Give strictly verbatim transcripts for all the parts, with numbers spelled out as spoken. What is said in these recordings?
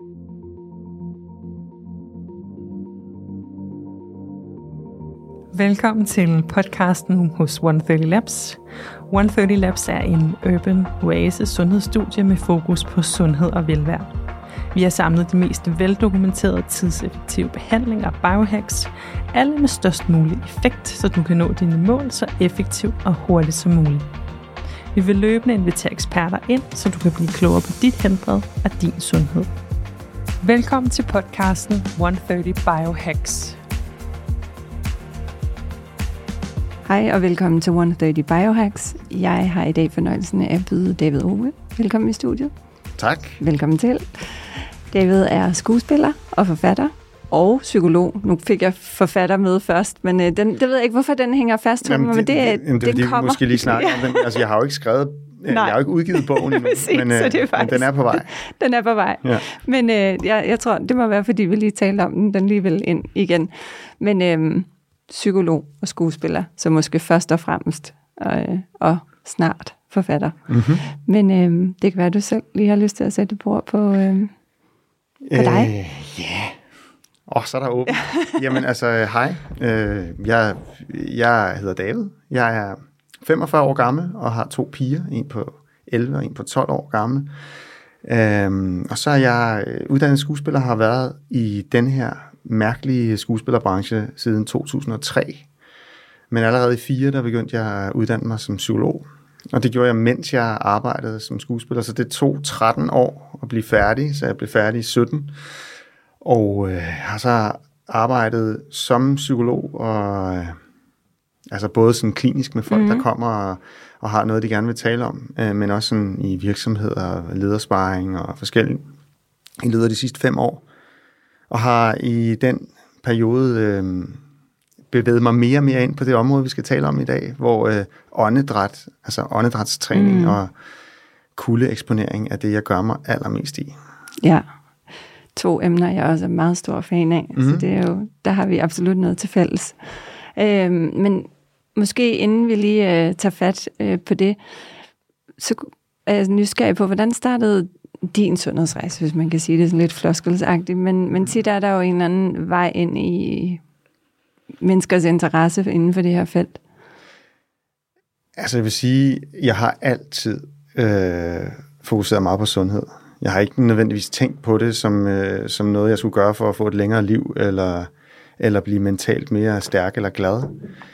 Velkommen til podcasten hos et hundrede og tredive Labs. et hundrede og tredive Labs er en urban oasis sundhedsstudie med fokus på sundhed og velvære. Vi har samlet de mest veldokumenterede tidseffektive behandlinger, biohacks, alle med størst mulig effekt, så du kan nå dine mål så effektivt og hurtigt som muligt. Vi vil løbende invitere eksperter ind, så du kan blive klogere på dit helbred og din sundhed. Velkommen til podcasten et hundrede og tredive Biohacks. Hej og velkommen til et hundrede og tredive Biohacks. Jeg har i dag fornøjelsen af at byde David Ove. Velkommen i studiet. Tak. Velkommen til. David er skuespiller og forfatter og psykolog. Nu fik jeg forfatter med først, men øh, den, det ved jeg ikke, hvorfor den hænger fast. Jamen, men det, det, jamen, det, den det kommer. Måske lige snakke om den. Altså, jeg har jo ikke skrevet, jeg har jo ikke udgivet bogen endnu, Præcis, men, øh, så det er faktisk, men den er på vej. Den er på vej. Ja. Men øh, jeg, jeg tror, det må være, fordi vi lige talte om den. Den lige vil ind igen. Men øh, psykolog og skuespiller, så måske først og fremmest, øh, og snart forfatter. Mm-hmm. Men øh, det kan være, at du selv lige har lyst til at sætte et ord på, øh, på øh, dig. Ja. Yeah. Åh, oh, så er der åbent. Jamen altså, hej. Øh, jeg, jeg hedder David. Jeg er femogfyrre år gammel og har to piger. En på elleve og en på tolv år gammel. Øhm, og så er jeg uddannet skuespiller, har været i den her mærkelige skuespillerbranche siden to tusind og tre. Men allerede i fire, der begyndte jeg at uddanne mig som psykolog. Og det gjorde jeg, mens jeg arbejdede som skuespiller. Så det tog tretten år at blive færdig, så jeg blev færdig i sytten. Og øh, har så arbejdet som psykolog, og øh, altså både sådan klinisk med folk, mm-hmm. der kommer og, og har noget, de gerne vil tale om, øh, men også sådan i virksomheder, ledersparing og forskellige i løbet af de sidste fem år. Og har i den periode øh, bevæget mig mere og mere ind på det område, vi skal tale om i dag, hvor øh, åndedræt, altså åndedrætstræning mm. og kuldeeksponering er det, jeg gør mig allermest i. Ja. To emner, jeg også er meget stor fan af, mm-hmm. så det er jo, der har vi absolut noget til fælles. Øhm, men måske inden vi lige øh, tager fat øh, på det, så er jeg nysgerrig på, hvordan startede din sundhedsrejse, hvis man kan sige det sådan lidt floskelsagtigt, men, men tit er der jo en eller anden vej ind i menneskers interesse inden for det her felt. Altså jeg vil sige, jeg har altid øh, fokuseret meget på sundhed. Jeg har ikke nødvendigvis tænkt på det som, øh, som noget, jeg skulle gøre for at få et længere liv, eller, eller blive mentalt mere stærk eller glad.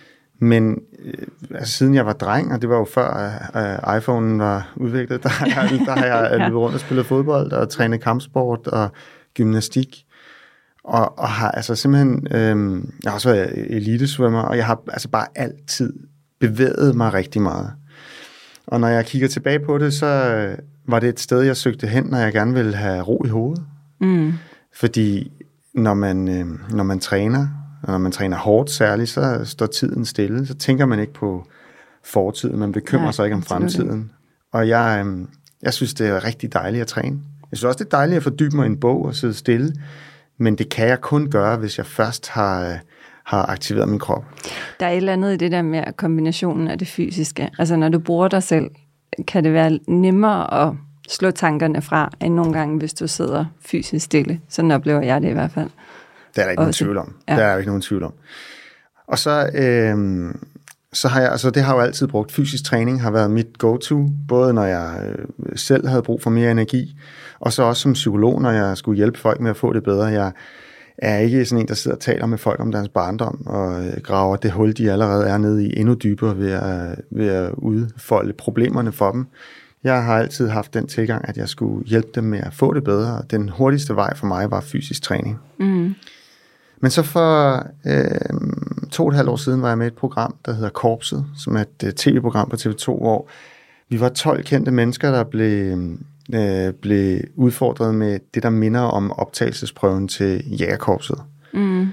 Men øh, altså, siden jeg var dreng, og det var jo før øh, iPhonen var udviklet, der har jeg, der har jeg løbet rundt og spillet fodbold, og trænet kampsport og gymnastik. Og, og har altså simpelthen, øh, jeg har også været elitesvømmer, og jeg har altså bare altid bevæget mig rigtig meget. Og når jeg kigger tilbage på det, så var det et sted, jeg søgte hen, når jeg gerne ville have ro i hovedet. Mm. Fordi når man, øh, når man træner, og når man træner hårdt særligt, så står tiden stille. Så tænker man ikke på fortiden, man bekymrer Nej, sig ikke om fremtiden. Og jeg, øh, jeg synes, det er rigtig dejligt at træne. Jeg synes også, det er dejligt at fordybe mig i en bog og sidde stille. Men det kan jeg kun gøre, hvis jeg først har, har aktiveret min krop. Der er et eller andet i det der med kombinationen af det fysiske. Altså når du bruger dig selv, kan det være nemmere at slå tankerne fra, end nogle gange, hvis du sidder fysisk stille. Sådan oplever jeg det i hvert fald. Det er der ikke Også. nogen tvivl om. Ja. Der er ikke nogen tvivl om. Og så, øh, så har jeg, altså det har jeg jo altid brugt. Fysisk træning har været mit go-to, både når jeg øh, selv havde brug for mere energi, og så også som psykolog, når jeg skulle hjælpe folk med at få det bedre. Jeg er ikke sådan en, der sidder og taler med folk om deres barndom, og graver det hul, de allerede er nede i, endnu dybere ved at, ved at udfolde problemerne for dem. Jeg har altid haft den tilgang, at jeg skulle hjælpe dem med at få det bedre, og den hurtigste vej for mig var fysisk træning. Mm. Men så for øh, to og et halvt år siden var jeg med i et program, der hedder Korpset, som er et tv-program på T V to, hvor vi var tolv kendte mennesker, der blev, øh, blev udfordret med det, der minder om optagelsesprøven til jægerkorpset. Mm.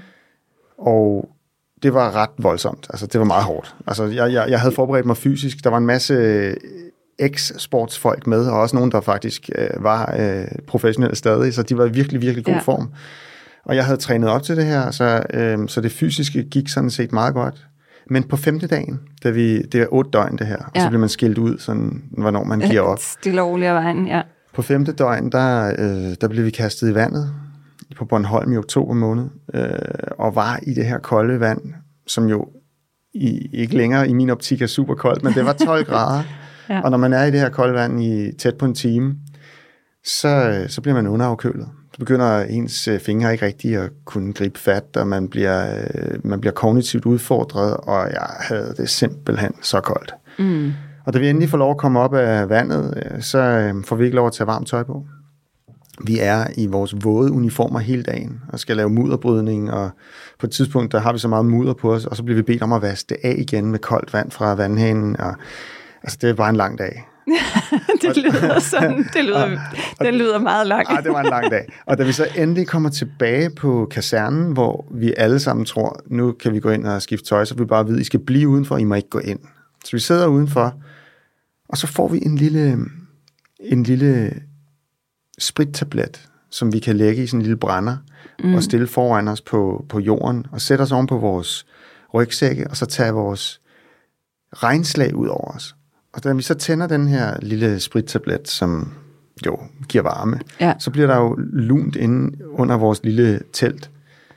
Og det var ret voldsomt. Altså, det var meget hårdt. Altså, jeg, jeg, jeg havde forberedt mig fysisk. Der var en masse eks-sportsfolk med, og også nogen, der faktisk øh, var øh, professionelle stadig, så de var i virkelig, virkelig god ja. form. Og jeg havde trænet op til det her, så, øh, så det fysiske gik sådan set meget godt. Men på femte dagen, da vi, det er otte døgn det her, ja. og så bliver man skilt ud, sådan, hvornår man giver op. Stille og roligt af vejen, ja. På femte døgn, der, øh, der blev vi kastet i vandet på Bornholm i oktober måned, øh, og var i det her kolde vand, som jo i, ikke længere i min optik er super koldt, men det var tolv grader. Ja. Og når man er i det her kolde vand i tæt på en time, så, så bliver man underafkølet. Så begynder ens fingre ikke rigtig at kunne gribe fat, og man bliver, man bliver kognitivt udfordret, og jeg havde det simpelthen så koldt. Mm. Og da vi endelig får lov at komme op af vandet, så får vi ikke lov at tage varmt tøj på. Vi er i vores våde uniformer hele dagen, og skal lave mudderbrydning, og på et tidspunkt, der har vi så meget mudder på os, og så bliver vi bedt om at vaske det af igen med koldt vand fra vandhanen, og altså, det er bare en lang dag. det lyder sådan, det lyder, og, og, det lyder meget langt. Ja, det var en lang dag. Og da vi så endelig kommer tilbage på kasernen, hvor vi alle sammen tror, nu kan vi gå ind og skifte tøj, så vi bare ved, I skal blive udenfor, I må ikke gå ind. Så vi sidder udenfor, og så får vi en lille, en lille sprittablet, som vi kan lægge i sådan en lille brænder, mm. og stille foran os på, på jorden, og sætte os oven på vores rygsække, og så tage vores regnslag ud over os. Og da vi så tænder den her lille sprittablet, som jo giver varme, ja. så bliver der jo lunt inde under vores lille telt.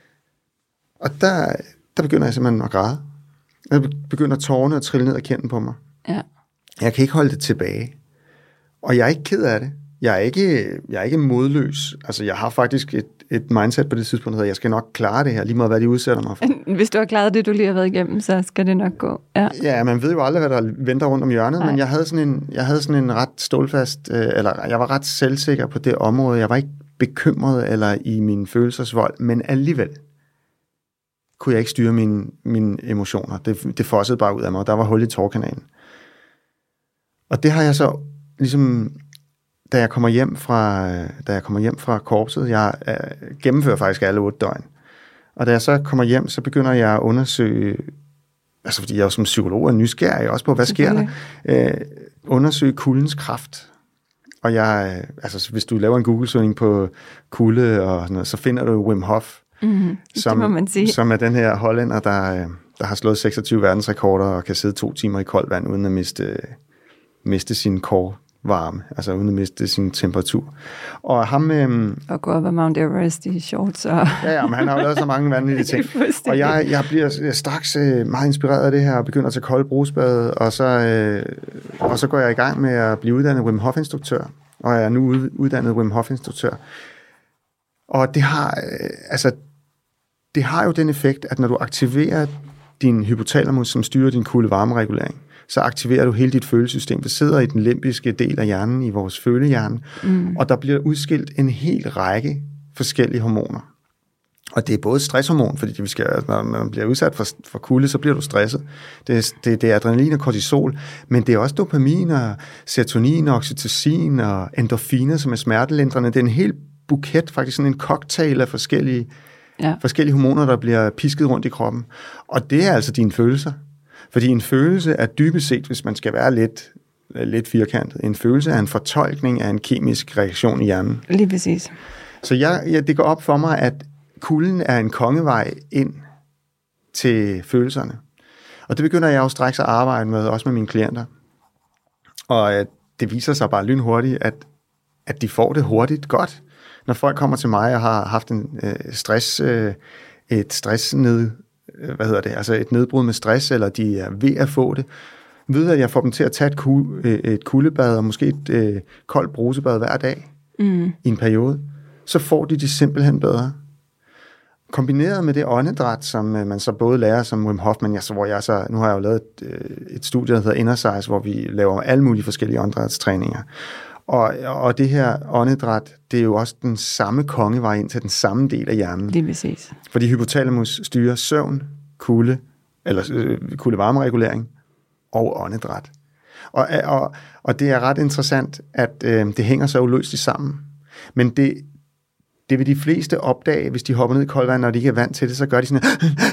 Og der, der begynder jeg simpelthen at græde. Der begynder tårerne at trille ned ad kinden på mig. Ja. Jeg kan ikke holde det tilbage. Og jeg er ikke ked af det. Jeg er ikke, jeg er ikke modløs. Altså, jeg har faktisk et, et mindset på det tidspunkt, der hedder, jeg skal nok klare det her, lige meget hvad de udsætter mig for. Hvis du har klaret det, du lige har været igennem, så skal det nok gå. Ja, ja, man ved jo aldrig, hvad der venter rundt om hjørnet, Nej. men jeg havde sådan en, jeg havde sådan en ret stålfast, øh, eller jeg var ret selvsikker på det område. Jeg var ikke bekymret eller i min følelsesvold, men alligevel kunne jeg ikke styre mine, mine emotioner. Det, det fossede bare ud af mig, og der var hul i tårkanalen. Og det har jeg så ligesom... Da jeg kommer hjem fra, da jeg kommer hjem fra korpset, jeg øh, gennemfører faktisk alle otte døgn. Og da jeg så kommer hjem, så begynder jeg at undersøge, altså fordi jeg jo som psykolog er nysgerrig også på, hvad sker der? Øh, undersøge kuldens kraft. Og jeg, altså hvis du laver en Google-søgning på kulde og sådan noget, så finder du Wim Hof, mm, som, som er den her hollænder, der, der har slået seksogtyve verdensrekorder og kan sidde to timer i koldt vand uden at miste, miste sin kår. Varme, altså uden at miste sin temperatur. Og ham... Øhm, og gå op ad Mount Everest i shorts. Og ja, ja, men han har jo lavet så mange vanvittige ting. Og jeg, jeg bliver straks øh, meget inspireret af det her, og begynder at tage kolde brugsbade, og så, øh, og så går jeg i gang med at blive uddannet Wim Hof-instruktør, og jeg er nu uddannet Wim Hof-instruktør. Og det har, øh, altså, det har jo den effekt, at når du aktiverer din hypotalamus, som styrer din kulde-varmeregulering, så aktiverer du hele dit følesystem. Det sidder i den limbiske del af hjernen, i vores følehjerne, mm. og der bliver udskilt en hel række forskellige hormoner. Og det er både stresshormon, fordi vi skal, når man bliver udsat for, for kulde, så bliver du stresset. Det er, det, det er adrenalin og kortisol, men det er også dopamin og serotonin og oxytocin og endorfiner, som er smertelindrende. Det er en hel buket, faktisk sådan en cocktail af forskellige, ja. forskellige hormoner, der bliver pisket rundt i kroppen. Og det er altså dine følelser. Fordi en følelse er dybest set, hvis man skal være lidt, lidt firkantet, en følelse er en fortolkning af en kemisk reaktion i hjernen. Lige præcis. Så jeg, ja, det går op for mig, at kulden er en kongevej ind til følelserne. Og det begynder jeg jo straks at arbejde med, også med mine klienter. Og at det viser sig bare lynhurtigt, at, at de får det hurtigt godt. Når folk kommer til mig og har haft en øh, stress, øh, et stress ned, hvad hedder det, altså et nedbrud med stress, eller de er ved at få det, ved at jeg får dem til at tage et, ku, et kuldebad, og måske et øh, koldt brusebad hver dag, mm. i en periode, så får de det simpelthen bedre. Kombineret med det åndedræt, som øh, man så både lærer som Wim Hof, men jeg, så, hvor jeg så, nu har jeg jo lavet et, øh, et studie, der hedder Innercise, hvor vi laver alle mulige forskellige åndedrætstræninger. Og, og det her åndedræt, det er jo også den samme kongevej ind til den samme del af hjernen. Lige præcis. Fordi hypotalamus styrer søvn, kulde, eller øh, kulde-varmeregulering og åndedræt. Og, og, og det er ret interessant, at øh, det hænger så uløseligt sammen. Men det, det vil de fleste opdage, hvis de hopper ned i koldt vand, og de ikke er vant til det, så gør de sådan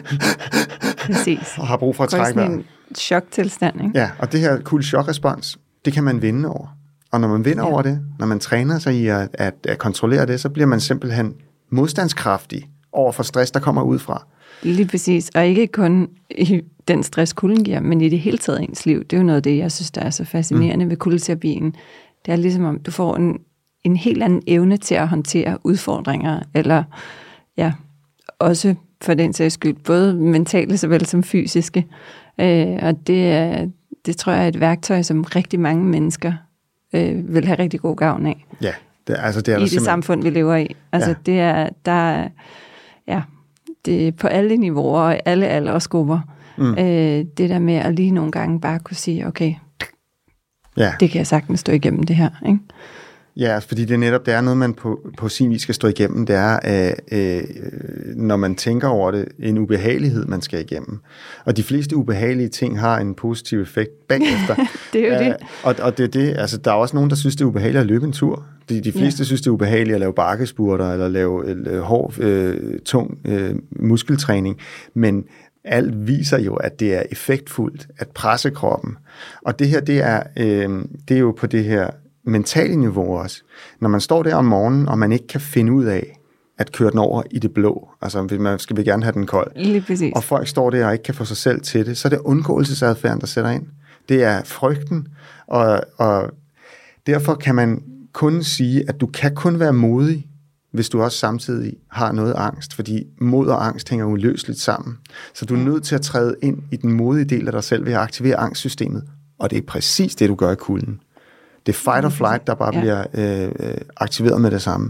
præcis. Og har brug for at trække vejret. En choktilstand, ikke? Ja, og det her kulde-chok-respons, det kan man vinde over. Og når man vinder ja. over det, når man træner sig i at, at, at kontrollere det, så bliver man simpelthen modstandskraftig over for stress, der kommer udefra. Lige præcis. Og ikke kun i den stress, kulden giver, men i det hele taget ens liv. Det er jo noget af det, jeg synes, der er så fascinerende mm. ved kuldeterapien. Det er ligesom om, du får en en helt anden evne til at håndtere udfordringer, eller ja, også for den sags skyld, både mentale såvel som fysiske. Øh, og det, er, det tror jeg er et værktøj, som rigtig mange mennesker øh, vil have rigtig god gavn af. Ja, det, altså det er i det simpelthen... samfund, vi lever i. Altså ja. det er, der er, ja, det er på alle niveauer og alle aldersgrupper. Mm. Øh, det der med at lige nogle gange bare kunne sige, okay, ja. det kan jeg sagtens stå igennem det her, ikke? Ja, fordi det er netop, det er noget, man på, på sin vis skal stå igennem. Det er, øh, øh, når man tænker over det, en ubehagelighed, man skal igennem. Og de fleste ubehagelige ting har en positiv effekt bagefter. Det er jo det. Og, og det er det, altså der er også nogen, der synes, det er ubehageligt at løbe en tur. De, de fleste ja. synes, det er ubehageligt at lave bakkespurter, eller lave øh, hård, øh, tung øh, muskeltræning. Men alt viser jo, at det er effektfuldt at presse kroppen. Og det her, det er, øh, det er jo på det her mentale niveau også. Når man står der om morgenen, og man ikke kan finde ud af at køre den over i det blå, altså man skal vi gerne have den kold, lige præcis. Og folk står der og ikke kan få sig selv til det, så er det undgåelsesadfærden, der sætter ind. Det er frygten, og, og derfor kan man kun sige, at du kan kun være modig, hvis du også samtidig har noget angst, fordi mod og angst hænger uløseligt sammen. Så du er nødt til at træde ind i den modige del af dig selv ved at aktivere angstsystemet, og det er præcis det, du gør i kulden. Det er fight or flight, der bare ja. bliver øh, aktiveret med det samme.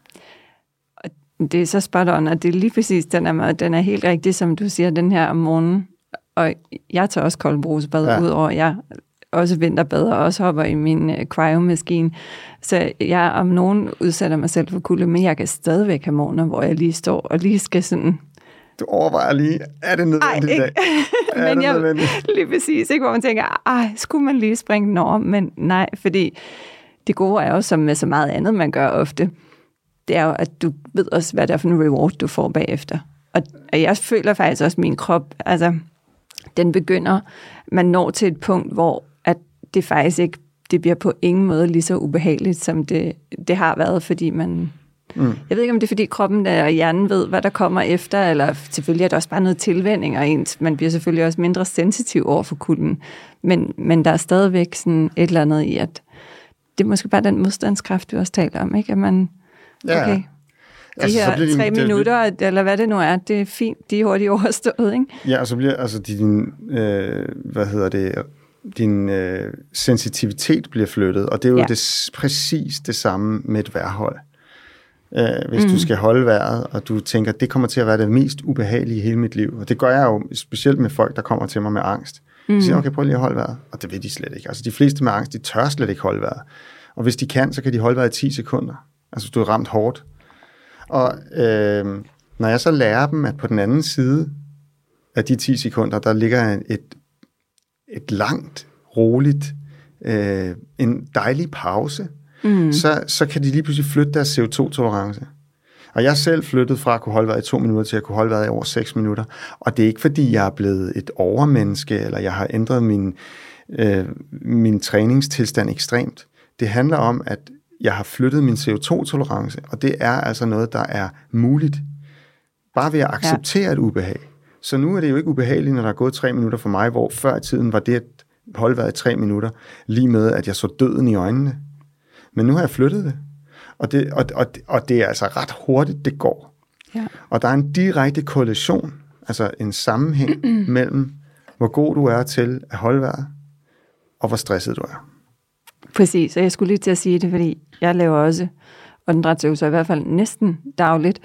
Det er så spot on, og det er lige præcis den er, den er helt rigtig, som du siger, den her om morgenen. Og jeg tager også koldbrusebad ja. ud over, jeg også vinterbad og også hopper i min uh, cryomaskine. Så jeg om nogen udsætter mig selv for kulde, men jeg kan stadigvæk have morgener, hvor jeg lige står og lige skal sådan... Du overvejer lige, er det nødvendigt i dag? Er men det nødvendigt? Jeg, lige præcis, ikke? Hvor man tænker, ej, skulle man lige springe den over? Men nej, fordi det gode er jo, som med så meget andet, man gør ofte, det er jo, at du ved også, hvad det er for en reward, du får bagefter. Og, og jeg føler faktisk også, at min krop, altså, den begynder, man når til et punkt, hvor at det faktisk ikke, det bliver på ingen måde lige så ubehageligt, som det, det har været, fordi man... Mm. Jeg ved ikke, om det er, fordi kroppen der, og hjernen ved, hvad der kommer efter, eller selvfølgelig er der også bare noget tilvænning, og ens, man bliver selvfølgelig også mindre sensitiv over for kulden, men, men der er stadigvæk sådan et eller andet i, at det er måske bare den modstandskraft, du også taler om, ikke? At man, ja. okay, de altså, her de, tre minutter, det, eller hvad det nu er, det er fint, de er hurtigt overstået, ikke? Ja, og så bliver altså din, øh, hvad hedder det, din øh, sensitivitet bliver flyttet, og det er jo ja. det, præcis det samme med et vejrhold. Uh, hvis mm. du skal holde vejret, og du tænker, det kommer til at være det mest ubehagelige i hele mit liv. Og det gør jeg jo specielt med folk, der kommer til mig med angst. Mm. Jeg siger, okay, prøv lige at holde vejret. Og det vil de slet ikke. Altså de fleste med angst, de tør slet ikke holde vejret. Og hvis de kan, så kan de holde vejret i ti sekunder. Altså du er ramt hårdt. Og øh, når jeg så lærer dem, at på den anden side af de ti sekunder, der ligger et, et langt, roligt, øh, en dejlig pause, Mm. Så, så kan de lige pludselig flytte deres C O to tolerance. Og jeg er selv flyttet fra at kunne holde vejret i to minutter til at kunne holde vejret i over seks minutter. Og det er ikke fordi, jeg er blevet et overmenneske, eller jeg har ændret min, øh, min træningstilstand ekstremt. Det handler om, at jeg har flyttet min C O to tolerance, og det er altså noget, der er muligt. Bare ved at acceptere ja. et ubehag. Så nu er det jo ikke ubehageligt, når der er gået tre minutter for mig, hvor før i tiden var det at holde vejret i tre minutter, lige med, at jeg så døden i øjnene. Men nu har jeg flyttet det, og det, og, og, og det er altså ret hurtigt, det går. Ja. Og der er en direkte korrelation, altså en sammenhæng mm-hmm. mellem, hvor god du er til at holde vejret, og hvor stresset du er. Præcis, og jeg skulle lige til at sige det, fordi jeg laver også åndedrætsøvelser, i hvert fald næsten dagligt,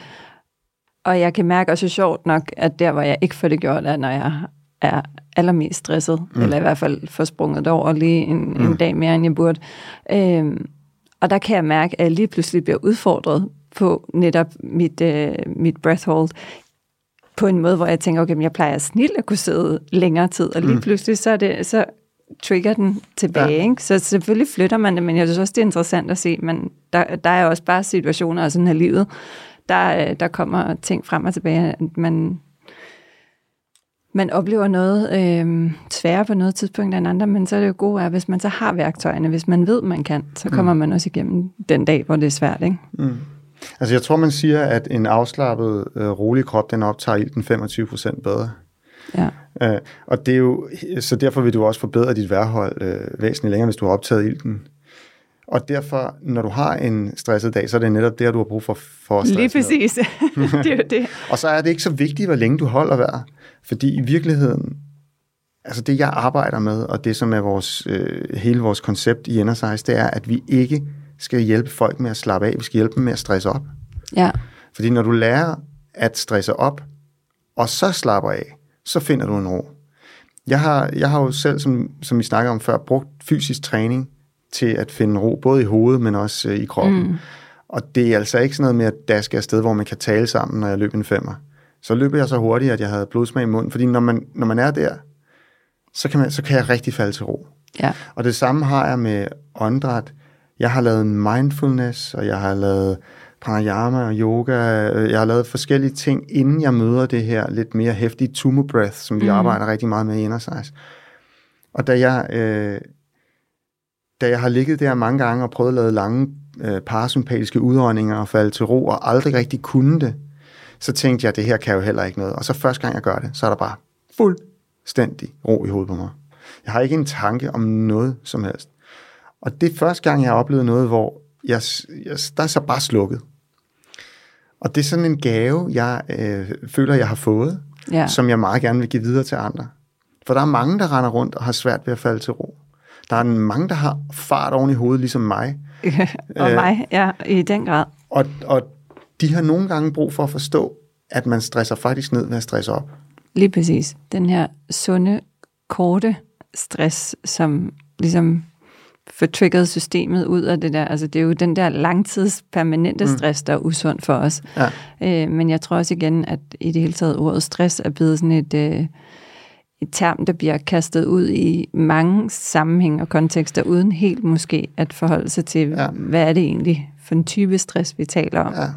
og jeg kan mærke også sjovt nok, at der, hvor jeg ikke får det gjort, er, når jeg er allermest stresset, mm. eller i hvert fald får sprunget over lige en, mm. en dag mere, end jeg burde. Øhm, Og der kan jeg mærke, at jeg lige pludselig bliver udfordret på netop mit, øh, mit breath hold, på en måde, hvor jeg tænker, okay, men jeg plejer snilt at kunne sidde længere tid, og lige mm. pludselig så, er det, så trigger den tilbage. Ja. Ikke? Så selvfølgelig flytter man det, men jeg synes også, det er interessant at se, men der, der er også bare situationer af sådan her livet, der, der kommer ting frem og tilbage, man... man oplever noget øh, sværere på noget tidspunkt end andre, men så er det jo gode, at hvis man så har værktøjerne, hvis man ved, man kan, så kommer mm. man også igennem den dag, hvor det er svært, ikke? Mm. Altså jeg tror, man siger, at en afslappet, øh, rolig krop, den optager ilten femogtyve procent bedre. Ja. Øh, og det er jo, så derfor vil du også forbedre dit vejrhold øh, væsentligt længere, hvis du har optaget ilten. Og derfor, når du har en stresset dag, så er det netop der, du har brug for, for at stresse. Lige præcis. Det er jo det. Og så er det ikke så vigtigt, hvor længe du holder vejret. Fordi i virkeligheden, altså det jeg arbejder med, og det som er vores, øh, hele vores koncept i Energize, det er, at vi ikke skal hjælpe folk med at slappe af. Vi skal hjælpe dem med at stresse op. Ja. Fordi når du lærer at stresse op, og så slapper af, så finder du en ro. Jeg har, jeg har jo selv, som, som vi snakker om før, brugt fysisk træning til at finde ro, både i hovedet, men også øh, i kroppen. Mm. Og det er altså ikke sådan noget med at daske afsted, hvor man kan tale sammen, når jeg løber en femmer. Så løber jeg så hurtigt, at jeg havde blodsmag i munden. Fordi når man, når man er der, så kan, man, så kan jeg rigtig falde til ro. Ja. Og det samme har jeg med åndedræt. Jeg har lavet mindfulness, og jeg har lavet pranayama og yoga. Jeg har lavet forskellige ting, inden jeg møder det her lidt mere heftige tumor breath, som vi mm. arbejder rigtig meget med i Energize. Og da jeg, øh, da jeg har ligget der mange gange og prøvet at lave lange øh, parasympatiske udåndinger og falde til ro, og aldrig rigtig kunne det, så tænkte jeg, at det her kan jo heller ikke noget. Og så første gang jeg gør det, så er der bare fuldstændig ro i hovedet på mig. Jeg har ikke en tanke om noget som helst. Og det er første gang, jeg har oplevet noget, hvor jeg, jeg, der er så bare slukket. Og det er sådan en gave, jeg øh, føler, jeg har fået, ja. Som jeg meget gerne vil give videre til andre. For der er mange, der render rundt og har svært ved at falde til ro. Der er mange, der har fart oven i hovedet, ligesom mig. og øh, mig, ja, i den grad. Og, og de har nogle gange brug for at forstå, at man stresser faktisk ned ved at stresse op. Lige præcis. Den her sunde, korte stress, som ligesom får trigget systemet ud af det der. Altså det er jo den der langtidspermanente stress, der er usund for os. Ja. Øh, men jeg tror også igen, at i det hele taget ordet stress er blevet sådan et, øh, et term, der bliver kastet ud i mange sammenhæng og kontekster, uden helt måske at forholde sig til, ja. Hvad er det egentlig for en type stress, vi taler om. Ja.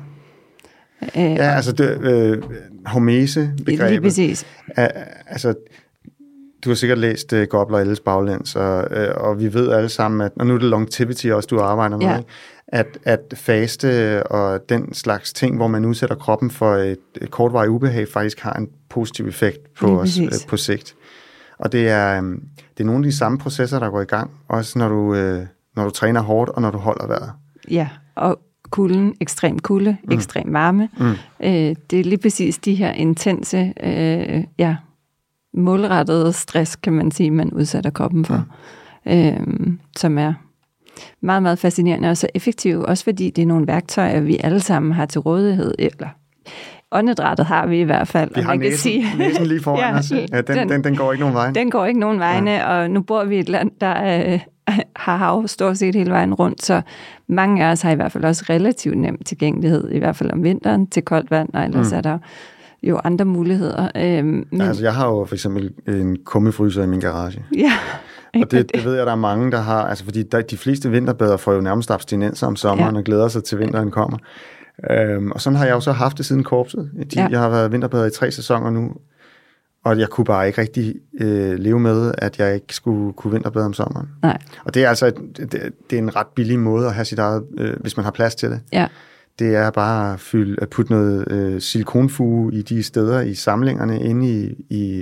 Øh, ja, altså det, øh, hormese-begrebet. Lige præcis. Er, altså, du har sikkert læst uh, Gobler og Elles baglæns, og, uh, og vi ved alle sammen, at, og nu er det longevity også, du arbejder med, ja. Ikke? At, at faste og den slags ting, hvor man udsætter kroppen for et, et kortvarigt ubehag, faktisk har en positiv effekt på os uh, på sigt. Og det er, um, det er nogle af de samme processer, der går i gang, også når du, uh, når du træner hårdt, og når du holder vejret. Ja, og kulden, ekstrem kulde, mm. ekstrem varme. Mm. Øh, det er lige præcis de her intense, øh, ja, målrettede stress, kan man sige, man udsætter kroppen for, ja. øh, som er meget, meget fascinerende og så effektive, også fordi det er nogle værktøjer, vi alle sammen har til rådighed, eller åndedrættet har vi i hvert fald. Vi har man næsen, kan sige. næsen lige foran ja, os. Ja, den, den, den, den går ikke nogen vegne. Den går ikke nogen vegne, ja. Og nu bor vi i et land, der øh, har hav stort set hele vejen rundt, så mange af os har i hvert fald også relativt nem tilgængelighed, i hvert fald om vinteren, til koldt vand, og ellers mm. er der jo andre muligheder. Øhm, men... Altså, jeg har jo for eksempel en kummefryser i min garage. Ja. Og det, det ved jeg, der er mange, der har, altså fordi der, de fleste vinterbader får jo nærmest abstinenser om sommeren, ja. Og glæder sig til vinteren kommer. Øhm, og sådan har jeg jo så haft det siden korpset. De, ja. Jeg har været vinterbader i tre sæsoner nu, og jeg kunne bare ikke rigtig øh, leve med, at jeg ikke skulle kunne vinterbade om sommeren. Nej. Og det er altså et, det, det er en ret billig måde at have sit eget, øh, hvis man har plads til det. Ja. Det er bare at, fylde, at putte noget øh, silikonfuge i de steder i samlingerne inde i, i,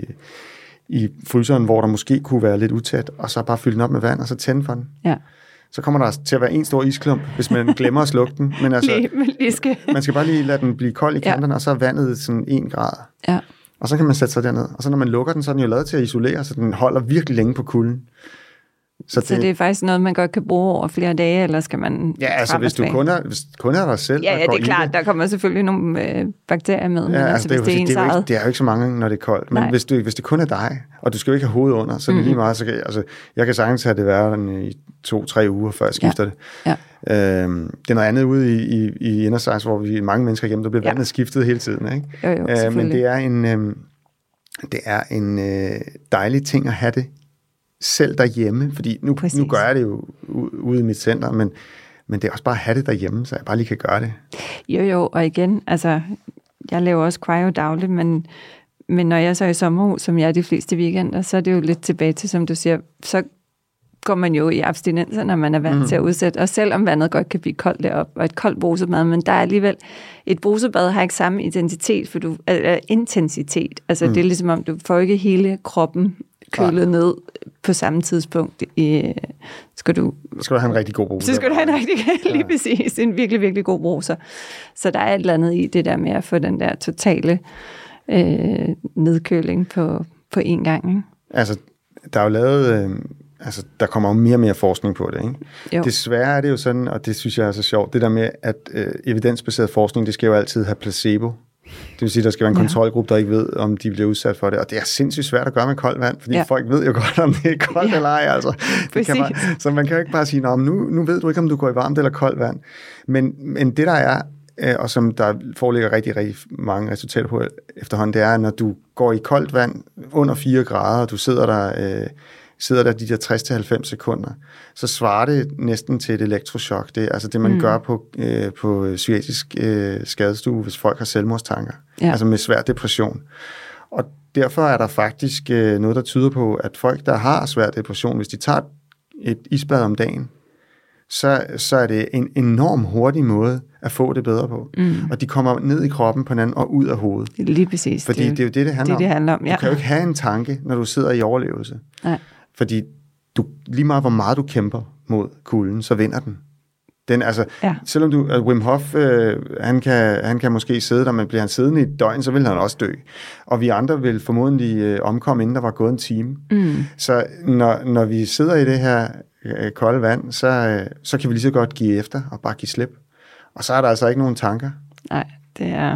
i fryseren, hvor der måske kunne være lidt utæt, og så bare fylde den op med vand, og så tænde for den. Ja. Så kommer der til at være en stor isklump, hvis man glemmer at slukke den. Men altså, lige, men lige skal... man skal bare lige lade den blive kold i kanterne, ja. Og så er vandet sådan en grad. Ja. Og så kan man sætte sig derned. Og så når man lukker den, så er den jo lavet til at isolere, så den holder virkelig længe på kulden. Så det, så det er faktisk noget, man godt kan bruge over flere dage, eller skal man... Ja, altså hvis du kun er, hvis kun er dig selv... Ja, ja, det er klart, det. Der kommer selvfølgelig nogle øh, bakterier med, ja, men altså, altså det, hvis det er ens det er eget... Ikke, det er jo ikke så mange, når det er koldt, men hvis, du, hvis det kun er dig, og du skal jo ikke have hovedet under, så er det mm-hmm. lige meget... Så kan, altså, jeg kan sagtens have det været i to-tre uger, før jeg skifter ja. det. Ja. Øhm, det er noget andet ude i, i, i Energize, hvor vi mange mennesker hjemme, der bliver vandet ja. skiftet hele tiden, ikke? Jo, jo, øh, men det er en, øh, det er en øh, dejlig ting at have det selv derhjemme, fordi nu, nu gør jeg det jo ude i mit center, men, men det er også bare at have det derhjemme, så jeg bare lige kan gøre det. Jo, jo, og igen, altså, jeg laver også cryo dagligt, men, men når jeg så er i sommerhus, som jeg er de fleste weekender, så er det jo lidt tilbage til, som du siger, så går man jo i abstinenser, når man er vant mm. til at udsætte, og selvom vandet godt kan blive koldt deroppe, og et koldt brusebad, men der er alligevel, et brusebad har ikke samme identitet, for du, øh, intensitet, altså mm. det er ligesom om, du får ikke hele kroppen kølet ja. ned på samme tidspunkt. I, skal du skal du have en rigtig god bruser. Så skal du have en rigtig, lige ja. præcis, en virkelig, virkelig god bruser. Så der er et eller andet i det der med at få den der totale øh, nedkøling på, på én gang. Ikke? Altså, der er jo lavet... Øh, altså, der kommer jo mere og mere forskning på det, ikke? Desværre er det jo sådan, og det synes jeg er så sjovt, det der med, at øh, evidensbaseret forskning, det skal jo altid have placebo. Det vil sige, at der skal være en ja. kontrolgruppe, der ikke ved, om de bliver udsat for det. Og det er sindssygt svært at gøre med koldt vand, fordi ja. folk ved jo godt, om det er koldt ja. eller ej. Altså. Det kan bare, så man kan jo ikke bare sige, nu, nu ved du ikke, om du går i varmt eller koldt vand. Men, men det der er, øh, og som der foreligger rigtig, rigtig mange resultater på efterhånden, det er, når du går i koldt vand under fire grader, og du sidder der... Øh, sidder der de der tres til halvfems sekunder, så svarer det næsten til et elektrochok. Det er altså det, man mm. gør på, øh, på psykiatrisk øh, skadestue, hvis folk har selvmordstanker. Ja. Altså med svær depression. Og derfor er der faktisk øh, noget, der tyder på, at folk, der har svær depression, hvis de tager et isbad om dagen, så, så er det en enorm hurtig måde at få det bedre på. Mm. Og de kommer ned i kroppen på hinanden og ud af hovedet. Lige præcis. Fordi det, det er jo det, det handler det, det handler om. om. Ja. Du kan jo ikke have en tanke, når du sidder i overlevelse. Nej. Fordi du, lige meget hvor meget du kæmper mod kulden, så vinder den. Den altså, ja. Selvom du, uh, Wim Hof, øh, han, kan, han kan måske sidde der, men bliver han siddende i et døgn, så vil han også dø. Og vi andre vil formodentlig øh, omkomme, inden der var gået en time. Mm. Så når, når vi sidder i det her øh, kolde vand, så, øh, så kan vi lige så godt give efter og bare give slip. Og så er der altså ikke nogen tanker. Nej, det er...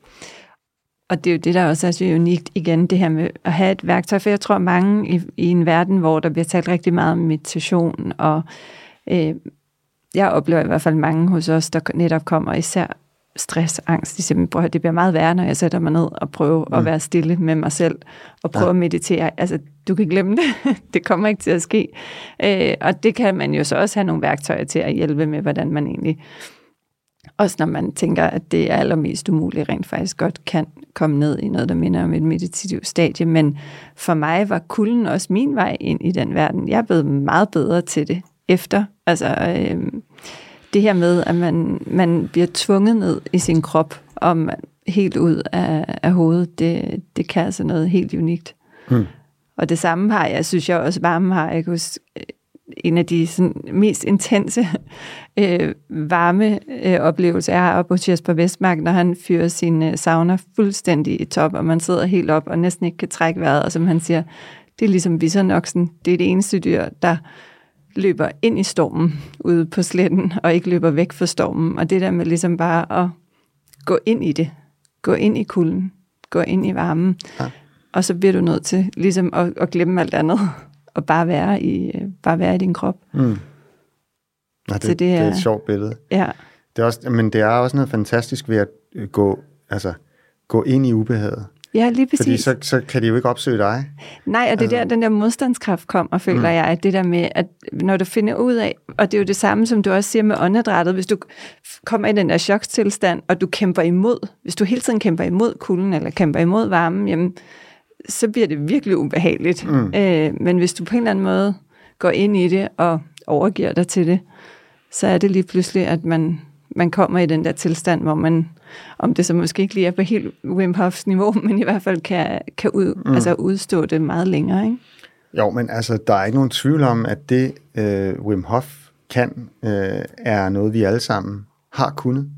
Og det er jo det, der også er så unikt igen, det her med at have et værktøj. For jeg tror, mange i, i en verden, hvor der bliver talt rigtig meget om meditation, og øh, jeg oplever i hvert fald mange hos os, der netop kommer især stress, angst. De siger, prøv at det bliver meget værre, når jeg sætter mig ned og prøver mm. at være stille med mig selv, og prøve ja. at meditere. Altså, du kan glemme det. Det kommer ikke til at ske. Øh, og det kan man jo så også have nogle værktøjer til at hjælpe med, hvordan man egentlig... Også når man tænker, at det er allermest umuligt, rent faktisk godt kan komme ned i noget, der minder om et meditativt stadie. Men for mig var kulden også min vej ind i den verden. Jeg er blevet meget bedre til det efter. Altså øh, det her med, at man, man bliver tvunget ned i sin krop, og man, helt ud af, af hovedet, det, det kan altså noget helt unikt. Hmm. Og det samme har jeg, synes jeg også, varme har jeg hos... En af de sådan, mest intense øh, varme øh, oplevelser, jeg har oppe hos Jesper Vestmark, når han fyrer sin øh, sauna fuldstændig i top, og man sidder helt op og næsten ikke kan trække vejret, og som han siger, det er ligesom visernoksen. Det er det eneste dyr, der løber ind i stormen ude på sletten, og ikke løber væk fra stormen. Og det der med ligesom bare at gå ind i det, gå ind i kulden, gå ind i varmen, ja. Og så bliver du nødt til ligesom at, at glemme alt andet. Og bare være i, bare være i din krop. Mm. Ja, det, det, det er et sjovt billede. Ja. Det er også, men det er også noget fantastisk ved at gå, altså, gå ind i ubehaget. Ja, lige præcis. Fordi så, så kan de jo ikke opsøge dig. Nej, og det altså, der, den der modstandskraft kommer, føler mm. jeg, at det der med, at når du finder ud af, og det er jo det samme, som du også siger med åndedrættet, hvis du kommer i den der chokstilstand, og du kæmper imod, hvis du hele tiden kæmper imod kulden, eller kæmper imod varmen, jamen, så bliver det virkelig ubehageligt. Mm. Øh, men hvis du på en eller anden måde går ind i det og overgiver dig til det, så er det lige pludselig, at man, man kommer i den der tilstand, hvor man, om det så måske ikke lige er på helt Wim Hofs niveau, men i hvert fald kan, kan ud, mm. altså udstå det meget længere. Ikke? Jo, men altså, der er ikke nogen tvivl om, at det øh, Wim Hof kan, øh, er noget, vi alle sammen har kunnet.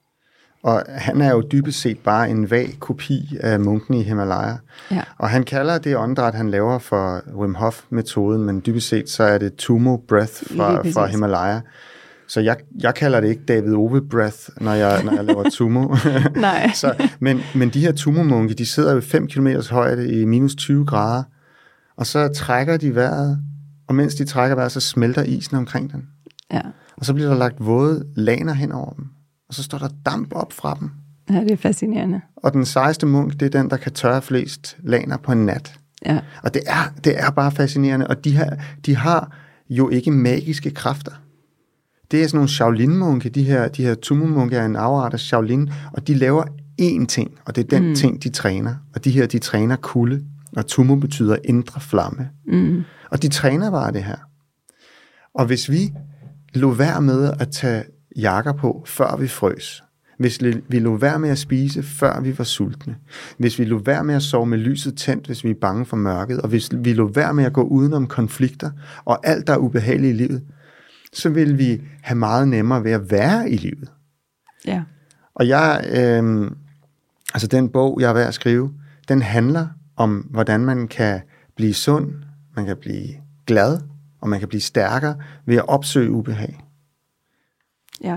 Og han er jo dybest set bare en vag kopi af munken i Himalaya. Ja. Og han kalder det åndedræt, han laver for Wim Hof-metoden, men dybest set så er det Tumo Breath fra, fra Himalaya. Så jeg, jeg kalder det ikke David Ove Breath, når jeg, når jeg laver Tumo. Nej. så, men, men de her Tumo-munke, de sidder jo fem kilometers højde i minus tyve grader, og så trækker de vejret, og mens de trækker vejret, så smelter isen omkring den. Ja. Og så bliver der lagt våde laner hen over dem. Og så står der damp op fra dem. Ja, det er fascinerende. Og den sejeste munk, det er den, der kan tørre flest laner på en nat. Ja. Og det er, det er bare fascinerende. Og de, her, de har jo ikke magiske kræfter. Det er sådan nogle Shaolin-munke, de her, de her Tumo-munke er en afart af Shaolin, og de laver én ting, og det er den mm. ting, de træner. Og de her, de træner kulde, og Tumo betyder indre flamme. Mm. Og de træner bare det her. Og hvis vi lod være med at tage jakker på, før vi frøs, hvis vi lod være med at spise, før vi var sultne, hvis vi lod være med at sove med lyset tændt, hvis vi er bange for mørket, og hvis vi lod være med at gå udenom konflikter og alt, der er ubehageligt i livet, så vil vi have meget nemmere ved at være i livet. Ja. Og jeg, øh, altså den bog, jeg er ved at skrive, den handler om, hvordan man kan blive sund, man kan blive glad, og man kan blive stærkere ved at opsøge ubehag. Ja.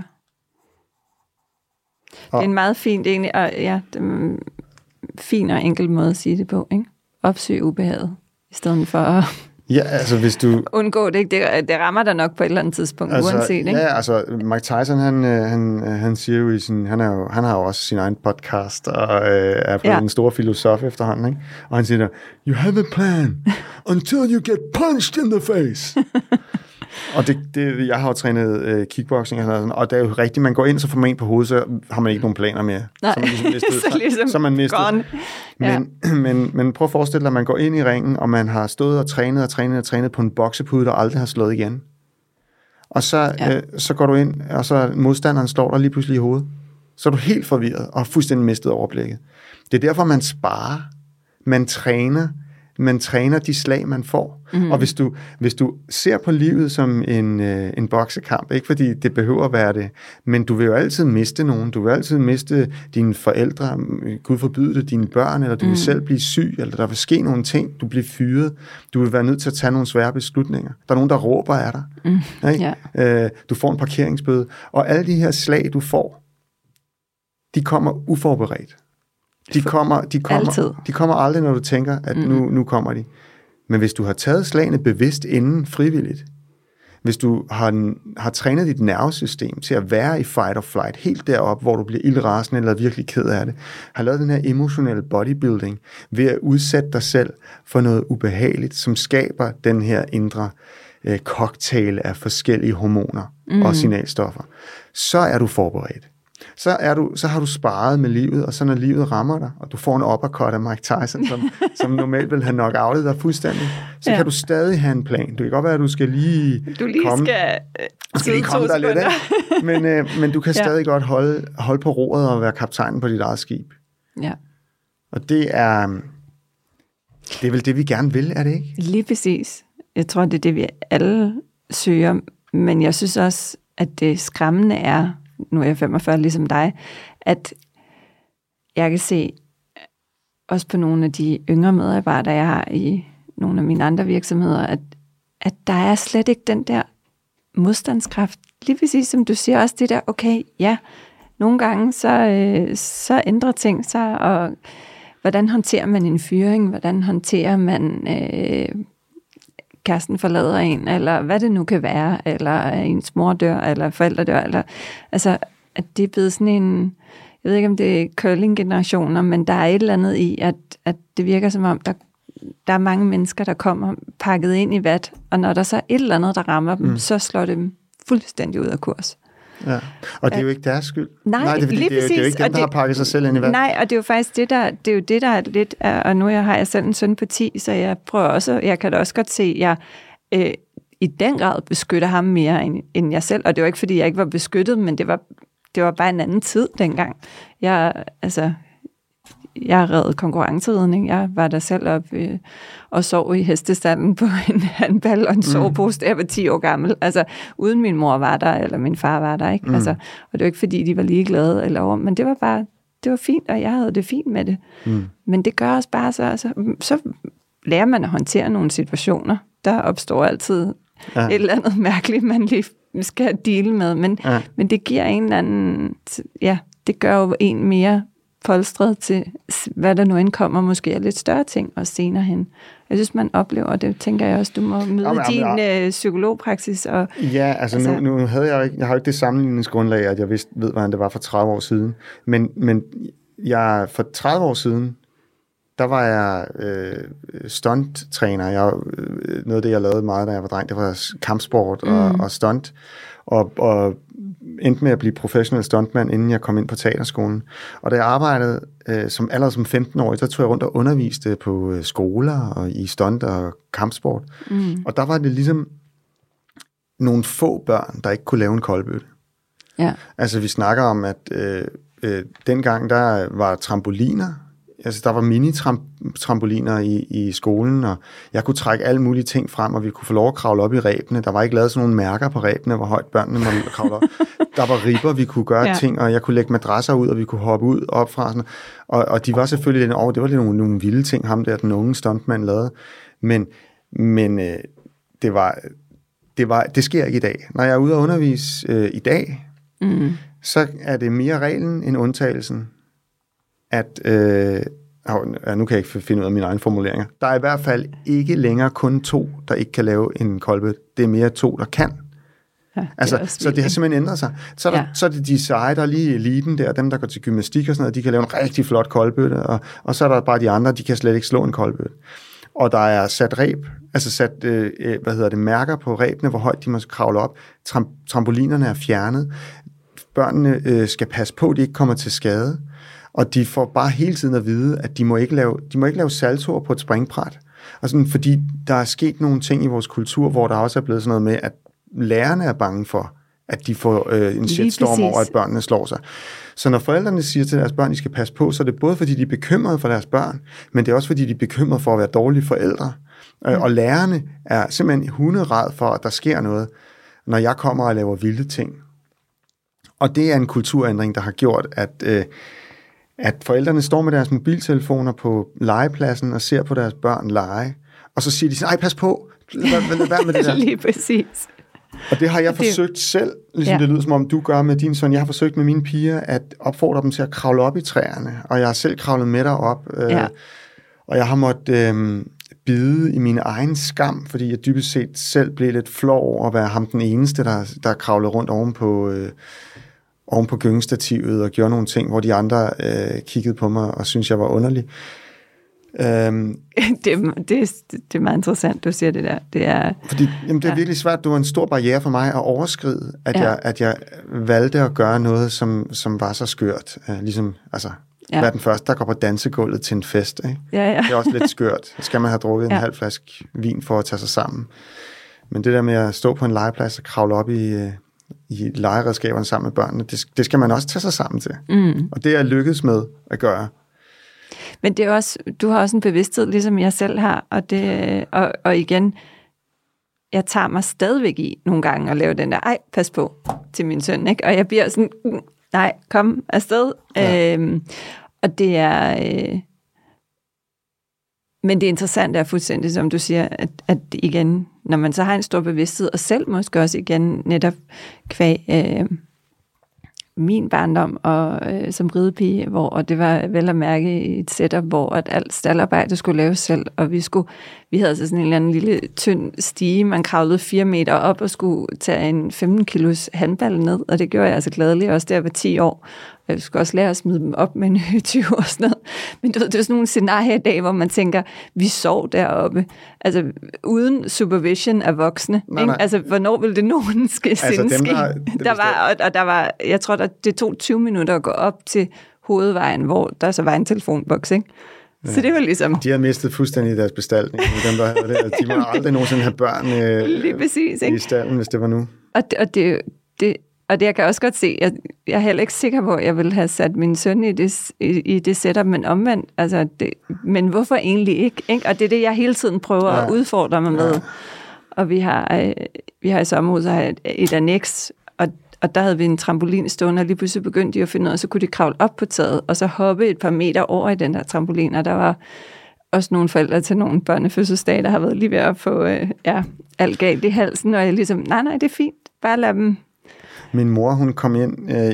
Det er en meget fint egentlig, og ja, det er en fin og enkel måde at sige det på, ikke? Opsøge ubehaget, i stedet for at ja, altså hvis du undgå det, det, det rammer dig nok på et eller andet tidspunkt, altså, uanset, ikke? Ja, altså Mike Tyson, han, han, han siger jo i sin, han, er jo, han har jo også sin egen podcast, og øh, er blevet ja. en stor filosof efterhånden, ikke? Og han siger der, you have a plan until you get punched in the face. Og det, det, jeg har jo trænet øh, kickboxing, og, sådan, og det er jo rigtigt, man går ind, så får man en på hovedet, så har man ikke nogen planer mere. Nej, så man ligesom mistet, så ligesom så man mistet. Gone. Men, ja. men, men prøv at forestille dig, at man går ind i ringen, og man har stået og trænet og trænet og trænet på en boksepude, der aldrig har slået igen. Og så, ja. øh, så går du ind, og så modstanderen slår dig lige pludselig i hovedet. Så er du helt forvirret og fuldstændig mistet overblikket. Det er derfor, man sparer, man træner, man træner de slag, man får. Mm. Og hvis du, hvis du ser på livet som en, øh, en boksekamp, ikke fordi det behøver at være det, men du vil jo altid miste nogen. Du vil altid miste dine forældre, Gud forbyde det, dine børn, eller du mm. vil selv blive syg, eller der vil ske nogle ting, du bliver fyret. Du vil være nødt til at tage nogle svære beslutninger. Der er nogen, der råber af dig. Mm. Ikke? Yeah. Øh, du får en parkeringsbøde. Og alle de her slag, du får, de kommer uforberedt. De kommer, de, kommer, de kommer aldrig, når du tænker, at nu, nu kommer de. Men hvis du har taget slagene bevidst inden frivilligt, hvis du har, har trænet dit nervesystem til at være i fight or flight, helt deroppe, hvor du bliver ildrasende eller virkelig ked af det, har lavet den her emotionelle bodybuilding ved at udsætte dig selv for noget ubehageligt, som skaber den her indre øh, cocktail af forskellige hormoner mm. og signalstoffer, så er du forberedt. Så, er du, så har du sparet med livet, og så når livet rammer dig, og du får en uppercut af Mike Tyson, som, som normalt vil have knockoutet dig fuldstændig, så ja. kan du stadig have en plan. Det kan godt være, at du skal lige Du lige komme, skal, skal lige komme der lidt af, men, øh, men du kan ja. stadig godt holde, holde på roret og være kaptajnen på dit eget skib. Ja. Og det er, det er vel det, vi gerne vil, er det ikke? Lige præcis. Jeg tror, det er det, vi alle søger, men jeg synes også, at det skræmmende er, nu er jeg femogfyrre ligesom dig, at jeg kan se, også på nogle af de yngre medarbejdere, jeg har i nogle af mine andre virksomheder, at, at der er slet ikke den der modstandskraft. Lige præcis som du siger, også det der, okay, ja, nogle gange så, øh, så ændrer ting sig, og hvordan håndterer man en fyring, hvordan håndterer man øh, kæresten forlader en, eller hvad det nu kan være, eller ens mor dør, eller forældre dør, eller, altså, at det er blevet sådan en, jeg ved ikke, om det er curling-generationer, men der er et eller andet i, at, at det virker som om, der, der er mange mennesker, der kommer pakket ind i vat, og når der så er et eller andet, der rammer dem, mm. så slår det dem fuldstændig ud af kurs. Ja, og det er jo ikke deres skyld. Nej, Nej det, er, lige det, er, præcis. det er jo ikke dem, der har pakket sig selv ind i vand. Nej, og det er jo faktisk det, der, det er jo det, der er lidt, og nu har jeg selv en søn på ti, så jeg prøver også, jeg kan da også godt se, at jeg øh, i den grad beskytter ham mere end, end jeg selv, og det var ikke, fordi jeg ikke var beskyttet, men det var, det var bare en anden tid dengang. Jeg, altså, jeg redde konkurrenceridning. Jeg var der selv op øh, og sov i hestestallen på en handball og en sovepose, da jeg var ti år gammel. Altså, uden min mor var der, eller min far var der, ikke? Mm. Altså, og det var ikke, fordi de var ligeglade eller over, men det var bare, det var fint, og jeg havde det fint med det. Mm. Men det gør også bare så, altså, så lærer man at håndtere nogle situationer. Der opstår altid ja. et eller andet mærkeligt, man lige skal deale med, men, ja. men det giver en eller anden, ja, det gør jo en mere polstret til, hvad der nu indkommer, måske er lidt større ting, og senere hen. Jeg synes, man oplever, det tænker jeg også, du må møde jamen, din jamen, øh, psykologpraksis. Og, ja, altså, altså nu, nu havde jeg jo ikke, jeg har jo ikke det sammenligningsgrundlag, at jeg vidste, ved, hvordan det var for tredive år siden, men, men jeg, for tredive år siden, der var jeg øh, stunt-træner. Jeg, øh, noget af det, jeg lavede meget, da jeg var dreng, det var kampsport og, mm. og stunt, og, og endte med at blive professionel stuntmand, inden jeg kom ind på teaterskolen. Og da jeg arbejdede øh, som allerede som femten-årig, der tog jeg rundt og underviste på øh, skoler og i stunt og kampsport. Mm. Og der var det ligesom nogle få børn, der ikke kunne lave en koldbøtte. Ja. Altså vi snakker om, at øh, øh, dengang der var trampoliner. Altså, der var mini-trampoliner i, i skolen, og jeg kunne trække alle mulige ting frem, og vi kunne få lov at kravle op i ræbene. Der var ikke lavet sådan nogle mærker på ræbene, hvor højt børnene måtte kravle op. Der var ribber, vi kunne gøre ja. ting, og jeg kunne lægge madrasser ud, og vi kunne hoppe ud op fra sådan. Og, og de var selvfølgelig lidt over. Det var lidt nogle, nogle vilde ting, ham der, den unge stuntmand lavede. Men, men øh, det var, det var, det sker ikke i dag. Når jeg er ude og undervise øh, i dag, mm. så er det mere reglen end undtagelsen, at, øh, ja, nu kan jeg ikke finde ud af mine egne formuleringer, der er i hvert fald ikke længere kun to, der ikke kan lave en kolbe. Det er mere to, der kan. Ja, det altså, så det har simpelthen ændret sig. Så er, der, ja. så er det de seje, der er lige eliten der, dem der går til gymnastik og sådan noget, de kan lave en rigtig flot kolbøtte, og, og så er der bare de andre, de kan slet ikke slå en kolbøtte. Og der er sat reb, altså sat, øh, hvad hedder det, mærker på rebene, hvor højt de må kravle op. Tram- trampolinerne er fjernet. Børnene øh, skal passe på, at de ikke kommer til skade. Og de får bare hele tiden at vide, at de må ikke lave, de må ikke lave saltoer på et springbræt. Og sådan, fordi der er sket nogle ting i vores kultur, hvor der også er blevet sådan noget med, at lærerne er bange for, at de får øh, en shitstorm over, at børnene slår sig. Så når forældrene siger til deres børn, at de skal passe på, så er det både fordi, de er bekymrede for deres børn, men det er også fordi, de er bekymrede for at være dårlige forældre. Mm. Og lærerne er simpelthen hunderad for, at der sker noget, når jeg kommer og laver vilde ting. Og det er en kulturændring, der har gjort, at... Øh, at forældrene står med deres mobiltelefoner på legepladsen og ser på deres børn lege, og så siger de sådan, ej, pas på, lad være med det der. Lige præcis. Og det har jeg forsøgt selv, ligesom ja. det lyder som om du gør med din søn. Jeg har forsøgt med mine piger at opfordre dem til at kravle op i træerne, og jeg har selv kravlet med derop, øh, ja. og jeg har måttet øh, bide i min egen skam, fordi jeg dybest set selv blev lidt flov over at være ham den eneste, der, der kravlede rundt oven på... Øh, oven på gyngestativet og gjorde nogle ting, hvor de andre øh, kiggede på mig og syntes, jeg var underlig. Um, det, det, det er meget interessant, du siger det der. Det er, fordi jamen, det er ja. virkelig svært. Det var en stor barriere for mig at overskride, at, ja. jeg, at jeg valgte at gøre noget, som, som var så skørt. Uh, ligesom, altså, ja. være den første, der går på dansegulvet til en fest. Ikke? Ja, ja. Det er også lidt skørt. Så skal man have drukket ja. en halv flaske vin for at tage sig sammen. Men det der med at stå på en legeplads og kravle op i... Uh, i legeredskaberne sammen med børnene, det, det skal man også tage sig sammen til. Mm. Og det er jeg lykkedes med at gøre. Men det er også, du har også en bevidsthed, ligesom jeg selv har, og, det, og, og igen, jeg tager mig stadigvæk i nogle gange at lave den der, ej, pas på, til min søn, ikke? Og jeg bliver sådan, nej, kom afsted. Ja. Øhm, og det er... Øh, men det interessante er fuldstændig, som du siger, at, at igen, når man så har en stor bevidsthed, og selv måske også igen netop kvæg øh, min barndom og øh, som ridepige, hvor og det var vel at mærke i et setup, hvor at alt staldarbejde skulle laves selv, og vi skulle, vi havde altså sådan en eller anden lille tynd stige, man kravlede fire meter op og skulle tage en femten kilos handball ned, og det gjorde jeg altså gladeligt også, da jeg var ti år. Jeg skulle også lære at smide dem op med en tyve og sådan noget. Men du ved, det er sådan nogle scenarier i dag, hvor man tænker, vi sov deroppe. Altså, uden supervision af voksne. Nej, nej. Altså, hvornår ville det nogen ske? Altså, dem, der, der var, og, og der var, jeg tror, at det tog tyve minutter at gå op til hovedvejen, hvor der så var en telefonboks, ikke? Ja. Så det var ligesom... De har mistet fuldstændig deres bestaltning. Dem, der havde det. Altså, de må aldrig nogensinde have børn øh, lige præcis, ikke? I stallen, hvis det var nu. Og det, og det, det Og det jeg kan også godt se, jeg, jeg er heller ikke sikker på, at jeg ville have sat min søn i det, i, i det setup, men omvendt. Altså det, men hvorfor egentlig ikke, ikke? Og det er det, jeg hele tiden prøver ja. at udfordre mig med. Ja. Og vi har, øh, vi har i sommerhuset et, et annex, og, og der havde vi en trampolin stående, og lige pludselig begyndte de at finde noget, og så kunne de kravle op på taget, og så hoppe et par meter over i den der trampolin, og der var også nogle forældre til nogle børnefødselsdage, der har været lige ved at få øh, ja, alt galt i halsen, og jeg ligesom, nej, nej, det er fint, bare lad dem. Min mor, hun kom ind øh,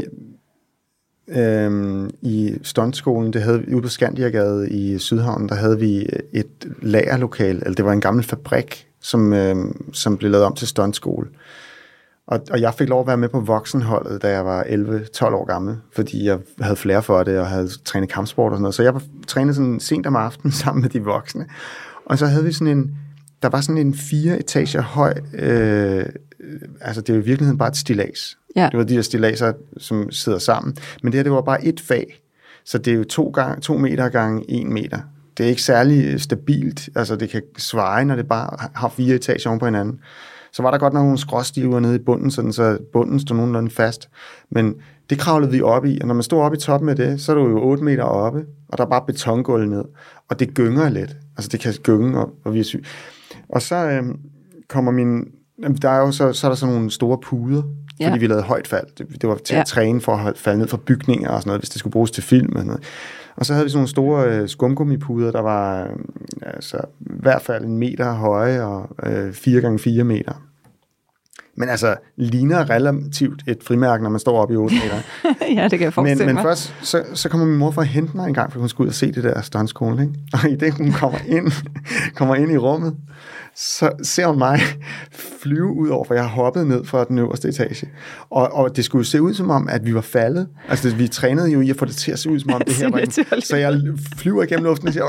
øh, i stuntskolen, det havde ude på Skandiagade i Sydhavnen, der havde vi et lagerlokal, eller det var en gammel fabrik, som, øh, som blev lavet om til stuntskole. Og, og jeg fik lov at være med på voksenholdet, da jeg var elleve tolv år gammel, fordi jeg havde flere for det, og havde trænet kampsport og sådan noget. Så jeg trænede sådan sent om aftenen sammen med de voksne. Og så havde vi sådan en, der var sådan en fire etager høj, øh, altså det er jo i virkeligheden bare et stillads. Ja. Det var de der stilladser, som sidder sammen. Men det her, det var bare et fag. Så det er jo to, gang, to meter gange en meter. Det er ikke særlig stabilt. Altså det kan sveje, når det bare har fire etager oven på hinanden. Så var der godt nok nogle skråstiver nede i bunden, sådan, så bunden stod nogenlunde fast. Men det kravlede vi op i, og når man stod oppe i toppen af det, så er du jo otte meter oppe, og der er bare betongulv ned, og det gynger lidt. Altså det kan gynge, og, og vi er syge. Og så øh, kommer min... Der er jo så, så er der sådan nogle store puder, fordi ja. vi lavede højt fald. Det, det var til ja. at træne for at falde ned fra bygninger og sådan noget, hvis det skulle bruges til film og noget. Og så havde vi sådan nogle store øh, skumgummipuder, der var øh, altså, i hvert fald en meter høje og øh, fire gange fire meter. Men altså, ligner relativt et frimærke, når man står oppe i otte meter. Ja, det kan jeg forestille men, mig. Men først, så, så kommer min mor for at hente mig en gang, for hun skulle ud og se det der strandskole, ikke? Og i det, hun kommer ind, kommer ind i rummet, så ser hun mig flyve ud over, for jeg har hoppet ned fra den øverste etage. Og, og det skulle se ud som om, at vi var faldet. Altså, vi trænede jo i at få det til at se ud som om, det her var en... Så jeg flyver igennem luften og siger...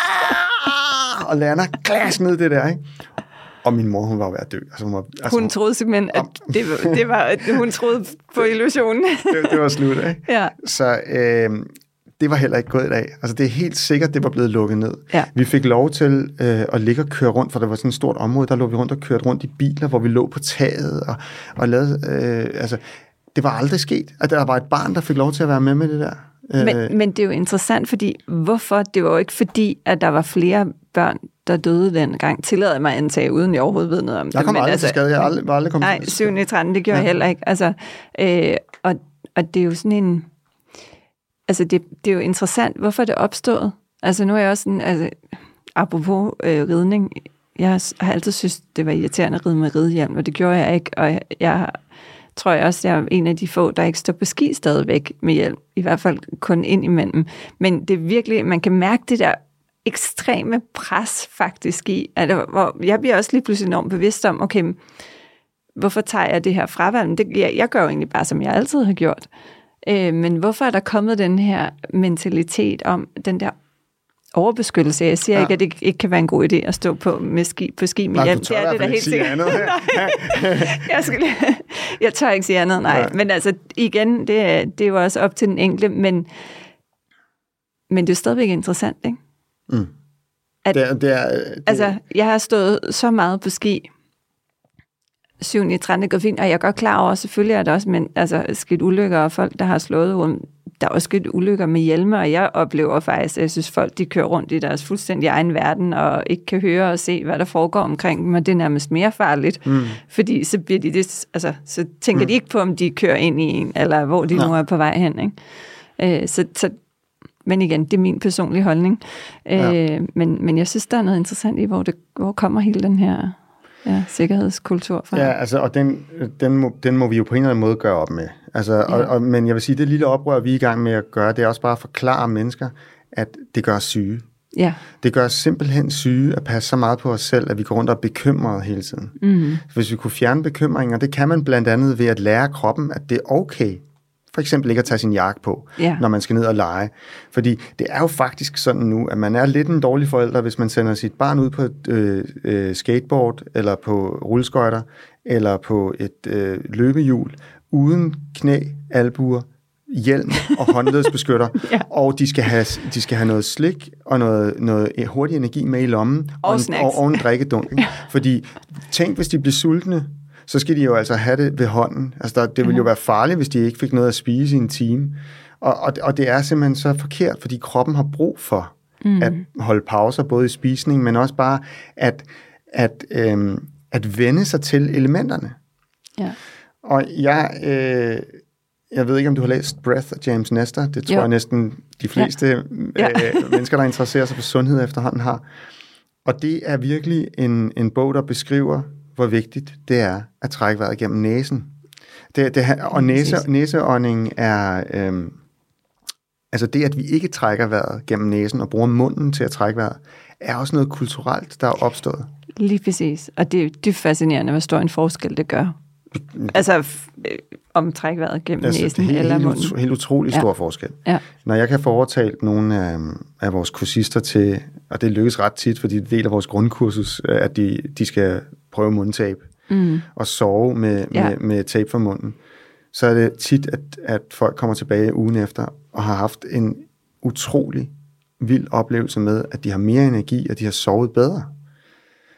og lander glas ned det der, ikke? Og min mor, hun var ved at dø. Altså, hun, var, altså, hun troede simpelthen, at det var, det var, hun troede på illusionen. det, det var slut, ikke? Ja. Så øh, det var heller ikke gået i dag. Altså, det er helt sikkert, det var blevet lukket ned. Ja. Vi fik lov til øh, at ligge og køre rundt, for der var sådan et stort område, der lå vi rundt og kørte rundt i biler, hvor vi lå på taget og, og lavede... Øh, altså, det var aldrig sket, at der var et barn, der fik lov til at være med med det der. Men, men det er jo interessant, fordi hvorfor? Det var jo ikke fordi, at der var flere børn, der døde dengang. Tillader jeg mig at antage, uden jeg overhovedet ved noget om det. Jeg kommer aldrig altså, til skade. Jeg aldrig, var aldrig kommet nej, til syvende tretten, det gjorde ja. jeg heller ikke. Altså, øh, og, og det er jo sådan en... Altså, det, det er jo interessant, hvorfor det opstod. Altså, nu er jeg også sådan... Altså, apropos øh, ridning, jeg har altid synes, det var irriterende at ride med ridehjelm, og det gjorde jeg ikke, og jeg... jeg tror jeg også, jeg er en af de få, der ikke står på ski stadigvæk med hjelm. I hvert fald kun ind imellem. Men det er virkelig, man kan mærke det der ekstreme pres faktisk i, at hvor jeg bliver også lige pludselig enormt bevidst om, okay, hvorfor tager jeg det her fravalg? Det, jeg, jeg gør jo egentlig bare, som jeg altid har gjort. Øh, men hvorfor er der kommet den her mentalitet om den der overbeskyttelse? Jeg siger ja. ikke, at det ikke kan være en god idé at stå på, med ski, på ski med hjelm. Det er det da helt sikkert. jeg, skal, jeg tør ikke sige andet, nej. nej. Men altså, igen, det er, det er jo også op til den enkelte, men, men det er stadigvæk interessant, ikke? Mm. At, det er, det er, det... Altså, jeg har stået så meget på ski, syvende i tretten går fint, og jeg er godt klar over, selvfølgelig er der også men, altså, sket ulykker og folk, der har slået rundt. Der er også sket ulykker med hjelme, og jeg oplever faktisk, at jeg synes, folk de kører rundt i deres fuldstændig egen verden, og ikke kan høre og se, hvad der foregår omkring dem, og det er nærmest mere farligt, mm. fordi så, bliver de det, altså, så tænker mm. de ikke på, om de kører ind i en, eller hvor de ja. nu er på vej hen. Ikke? Øh, så, så, men igen, det er min personlige holdning. Øh, ja. men, men jeg synes, der er noget interessant i, hvor, det, hvor kommer hele den her... Ja, sikkerhedskultur fra. Ja, altså, og den, den, må, den må vi jo på en eller anden måde gøre op med. Altså, ja. og, og, men jeg vil sige, det lille oprør, vi er i gang med at gøre, det er også bare at forklare mennesker, at det gør os syge. Ja. Det gør os simpelthen syge at passe så meget på os selv, at vi går rundt og er bekymrede hele tiden. Mm-hmm. Hvis vi kunne fjerne bekymringer, det kan man blandt andet ved at lære kroppen, at det er okay. For eksempel ikke at tage sin jakke på, ja. når man skal ned og lege. Fordi det er jo faktisk sådan nu, at man er lidt en dårlig forælder, hvis man sender sit barn ud på et øh, øh, skateboard, eller på rulleskøjter, eller på et øh, løbehjul, uden knæ, albuer, hjelm og håndledsbeskytter. ja. Og de skal, have, de skal have noget slik og noget, noget hurtig energi med i lommen, og, og, en, og, og en drikkedunk. Ikke? Fordi tænk, hvis de bliver sultne, så skal de jo altså have det ved hånden. Altså, der, det ville jo være farligt, hvis de ikke fik noget at spise i en time. Og, og, og det er simpelthen så forkert, fordi kroppen har brug for mm. at holde pauser, både i spisning, men også bare at, at, øhm, at vende sig til elementerne. Ja. Og jeg, øh, jeg ved ikke, om du har læst Breath af James Nestor. Det tror jo. jeg næsten de fleste ja. Ja. Øh, mennesker, der interesserer sig for sundhed efterhånden har. Og det er virkelig en, en bog, der beskriver, hvor vigtigt det er at trække vejret gennem næsen. Det, det, og næse, næseånding er... Øhm, altså det, at vi ikke trækker vejret gennem næsen og bruger munden til at trække vejret, er også noget kulturelt, der er opstået. Lige præcis. Og det er dybt fascinerende, hvor stor en forskel det gør. Altså øh, om trække vejret gennem altså, næsen helt, eller munden. Det er helt utrolig stor ja. forskel. Ja. Når jeg kan få overtalt nogle af, af vores kursister til, og det lykkes ret tit, fordi det er en del af vores grundkursus, at de, de skal prøve mundtape mm. og sove med, ja. med, med tape for munden, så er det tit, at, at folk kommer tilbage ugen efter og har haft en utrolig vild oplevelse med, at de har mere energi, og de har sovet bedre.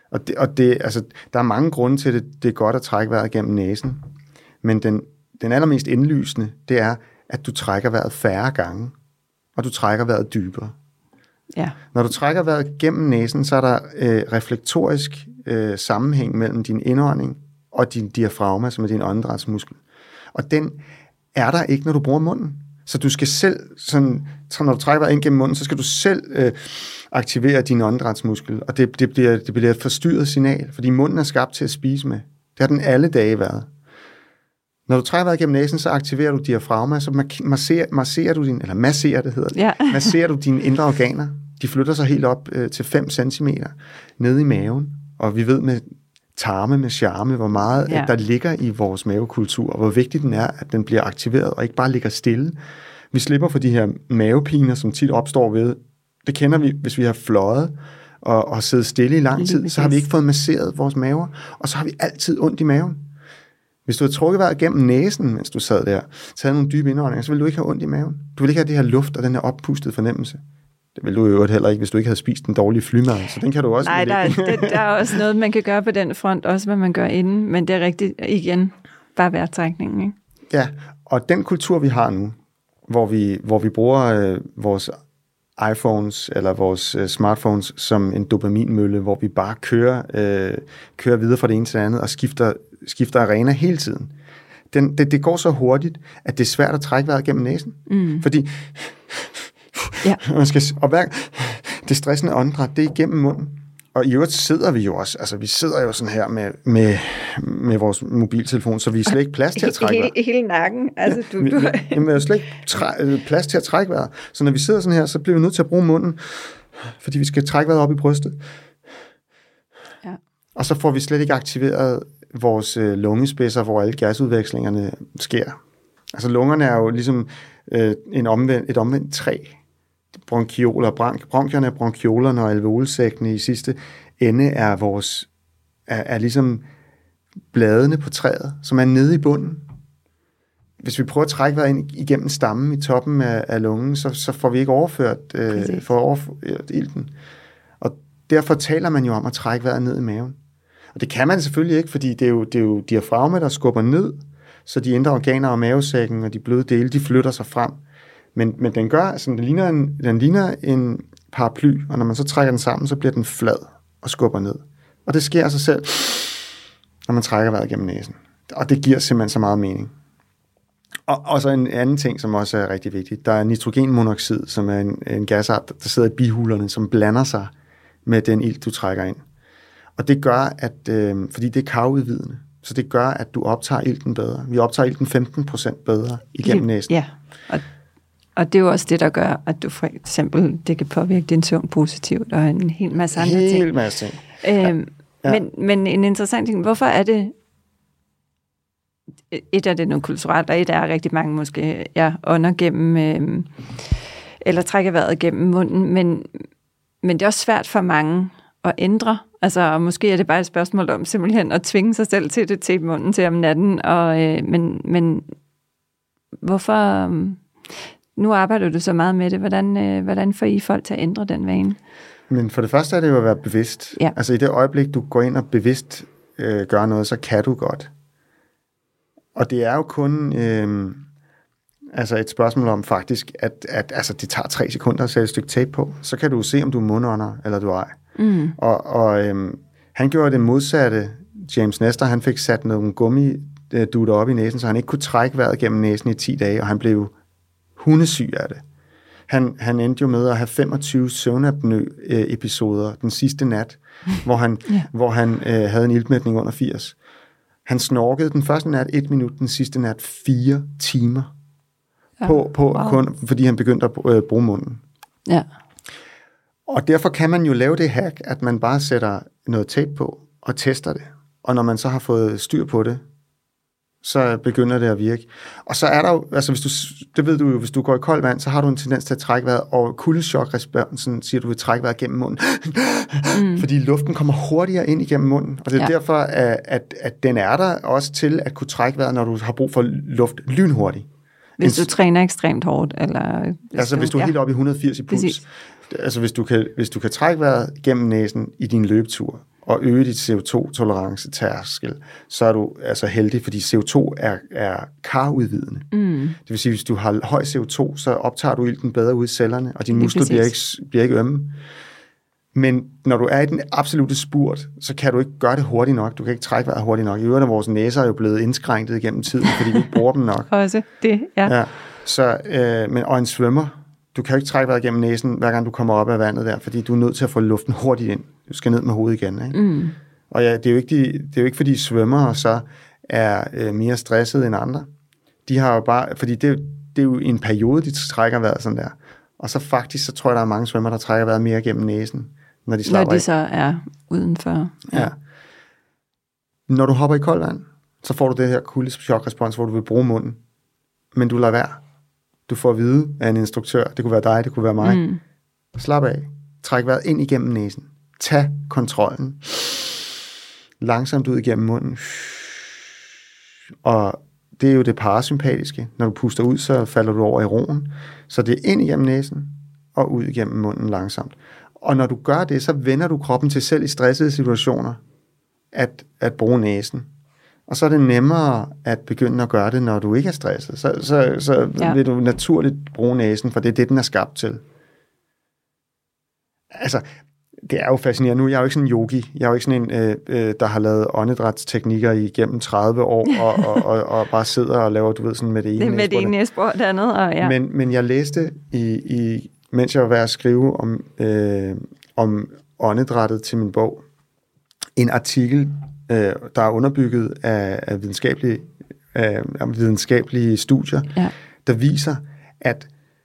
Og, det, og det, altså, der er mange grunde til, det, det er godt at trække vejret gennem næsen. Men den, den allermest indlysende, det er, at du trækker vejret færre gange, og du trækker vejret dybere. Ja. Når du trækker vejret gennem næsen, så er der øh, reflektorisk øh, sammenhæng mellem din indånding og din diafragma, som er din åndedrætsmuskel. Og den er der ikke, når du bruger munden. Så du skal selv, sådan, så når du trækker vejret ind gennem munden, så skal du selv øh, aktivere din åndedrætsmuskel, og det, det, bliver, det bliver et forstyrret signal, fordi munden er skabt til at spise med. Det har den alle dage været. Når du trækker vejret gennem næsen, så aktiverer du diafragma, så masserer, masserer du din, eller masserer det hedder det, ja. masserer du dine indre organer. De flytter sig helt op øh, til fem centimeter nede i maven, og vi ved med tarme, med charme, hvor meget ja. der ligger i vores mavekultur, og hvor vigtigt den er, at den bliver aktiveret, og ikke bare ligger stille. Vi slipper for de her mavepiner, som tit opstår ved, det kender vi, hvis vi har fløjet, og, og siddet stille i lang tid, så har vi ikke fået masseret vores maver, og så har vi altid ondt i maven. Hvis du havde trukket vejret gennem næsen, mens du sad der, taget nogle dybe indåndinger, så ville du ikke have ondt i maven. Du ville ikke have det her luft og den her oppustede fornemmelse. Det ville du jo heller ikke, hvis du ikke havde spist den dårlige flymad, så den kan du også... Nej, der, det, der er også noget, man kan gøre på den front, også hvad man gør inden, men det er rigtigt, igen, bare vejrtrækningen, ikke? Ja, og den kultur, vi har nu, hvor vi, hvor vi bruger øh, vores iPhones eller vores øh, smartphones som en dopaminmølle, hvor vi bare kører, øh, kører videre fra det ene til det andet og skifter, skifter arena hele tiden. Den, det, det går så hurtigt, at det er svært at trække vejret gennem næsen. Mm. Fordi ja. man skal, og hver, det stressende åndedræt, det er igennem munden. Og i øvrigt sidder vi jo også, altså vi sidder jo sådan her med, med, med vores mobiltelefon, så vi er slet ikke plads til at trække vejret. Hele, hele nakken. Altså, du, du... Jamen, vi har slet ikke træ, plads til at trække vejret. Så når vi sidder sådan her, så bliver vi nødt til at bruge munden, fordi vi skal trække vejret op i brystet. Ja. Og så får vi slet ikke aktiveret vores øh, lungespidser, hvor alle gasudvekslingerne sker. Altså lungerne er jo ligesom øh, en omvendt, et omvendt træ. Bronkioler, bronk, bronkierne er bronkiolerne, og alveolsækkene i sidste ende er vores er, er ligesom bladene på træet, som er nede i bunden. Hvis vi prøver at trække vejret ind igennem stammen i toppen af, af lungen, så, så får vi ikke overført, øh, for overført ilten. Og derfor taler man jo om at trække vejret ned i maven. Og det kan man selvfølgelig ikke, fordi det er jo, det er jo diafragma, der skubber ned, så de indre organer og mavesækken og de bløde dele, de flytter sig frem. Men, men den gør, altså den ligner, en, den ligner en paraply, og når man så trækker den sammen, så bliver den flad og skubber ned. Og det sker af sig selv, når man trækker vejret gennem næsen. Og det giver simpelthen så meget mening. Og, og så en anden ting, som også er rigtig vigtigt. Der er nitrogenmonoxid, som er en, en gasart, der sidder i bihulerne, som blander sig med den ilt, du trækker ind. Og det gør, at, øh, fordi det er karudvidende, så det gør, at du optager ilten bedre. Vi optager ilten femten procent bedre igennem næsen. Ja, og, og det er jo også det, der gør, at du for eksempel, det kan påvirke din søvn positivt, og en hel masse andre ting. En hel masse ting. Øhm, ja. men, men en interessant ting, hvorfor er det, et af det noget kulturelt, og et er rigtig mange måske, ja, ånder gennem, øh, eller trækker vejret gennem munden, men, men det er også svært for mange at ændre. Altså, måske er det bare et spørgsmål om simpelthen at tvinge sig selv til det til munden til om natten, og, øh, men, men hvorfor, øh, nu arbejder du så meget med det, hvordan, øh, hvordan får I folk til at ændre den vane? Men for det første er det jo at være bevidst. Ja. Altså i det øjeblik, du går ind og bevidst øh, gør noget, så kan du godt. Og det er jo kun øh, altså et spørgsmål om faktisk, at, at altså, det tager tre sekunder at sætte et stykke tape på. Så kan du se, om du er mundånder, eller du ej. Mm. Og, og øh, han gjorde det modsatte. James Nestor, han fik sat nogle gummidutter op i næsen, så han ikke kunne trække vejret gennem næsen i ti dage, og han blev hundesyg af det. Han, han endte jo med at have femogtyve søvnapnø-episoder den sidste nat, hvor han, ja. hvor han øh, havde en iltmætning under firs. Han snorkede den første nat et minut, den sidste nat fire timer, ja. på, på wow. kun, fordi han begyndte at øh, bruge munden. Ja. Og derfor kan man jo lave det hack, at man bare sætter noget tape på og tester det. Og når man så har fået styr på det, så begynder det at virke. Og så er der jo, altså hvis du, det ved du jo, hvis du går i koldt vand, så har du en tendens til at trække vejret, og kuldechok-responsen siger, at du vil trække vejret gennem munden. Mm. Fordi luften kommer hurtigere ind igennem munden. Og det er ja. derfor, at, at, at den er der også til at kunne trække vejret, når du har brug for luft lynhurtigt. Hvis du træner ekstremt hårdt, eller... Hvis altså du, hvis du er ja. helt oppe i et hundrede og firs i puls. Præcis. Altså hvis du, kan, hvis du kan trække vejret gennem næsen i din løbetur, at øge dit C O to tolerance-tærskel, så er du altså heldig, fordi C O to er, er karudvidende. Mm. Det vil sige, hvis du har høj C O to, så optager du ilten bedre ud i cellerne, og dine muskler bliver ikke, bliver ikke ømme. Men når du er i den absolute spurt, så kan du ikke gøre det hurtigt nok. Du kan ikke trække vejret hurtigt nok. I øvrigt er vores næser jo blevet indskrænket igennem tiden, fordi vi ikke bruger dem nok. Også det, ja. ja. Så, øh, men, og en svømmer, du kan jo ikke trække vejret gennem næsen, hver gang du kommer op af vandet der, fordi du er nødt til at få luften hurtigt ind. Du skal ned med hovedet igen. Ikke? Mm. Og ja, det er jo ikke, de, det er jo ikke fordi svømmere så er øh, mere stressede end andre. De har jo bare, fordi det, det er jo en periode, de trækker vejret sådan der. Og så faktisk, så tror jeg, der er mange svømmere, der trækker vejret mere gennem næsen, når de slapper Når de af. Så er udenfor. Ja. ja. Når du hopper i koldt vand, så får du det her kuldechok-respons, hvor du vil bruge munden. Men du lader være. Du får at vide af en instruktør, det kunne være dig, det kunne være mig. Mm. Slap af. Træk vejret ind igennem næsen. Tag kontrollen. Langsomt ud igennem munden. Og det er jo det parasympatiske. Når du puster ud, så falder du over i roen. Så det er ind igennem næsen og ud igennem munden langsomt. Og når du gør det, så vender du kroppen til selv i stressede situationer at, at bruge næsen. Og så er det nemmere at begynde at gøre det, når du ikke er stresset. Så, så, så ja. vil du naturligt bruge næsen, for det er det, den er skabt til. Altså, det er jo fascinerende. Nu er jeg jo ikke sådan en yogi. Jeg er jo ikke sådan en, øh, øh, der har lavet åndedrætsteknikker igennem tredive år, og, og, og, og bare sidder og laver, du ved, sådan med det ene næsebord. Med det ene næsebord dernede, og ja. Men, men jeg læste, i, i, mens jeg var ved at skrive om, øh, om åndedrættet til min bog, en artikel, øh, der er underbygget af, af, videnskabelige, af, af videnskabelige studier, ja. der viser, at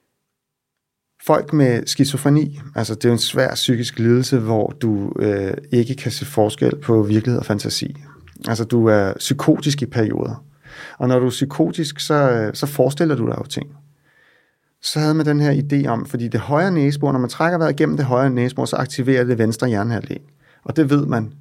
folk med skizofreni, altså det er jo en svær psykisk lidelse, hvor du øh, ikke kan se forskel på virkelighed og fantasi. Altså du er psykotisk i perioder. Og når du er psykotisk, så, så forestiller du dig jo ting. Så havde man den her idé om, fordi det højre næsebor, når man trækker vejret gennem det højre næsebor, så aktiverer det venstre hjernehalvdel. Og det ved man.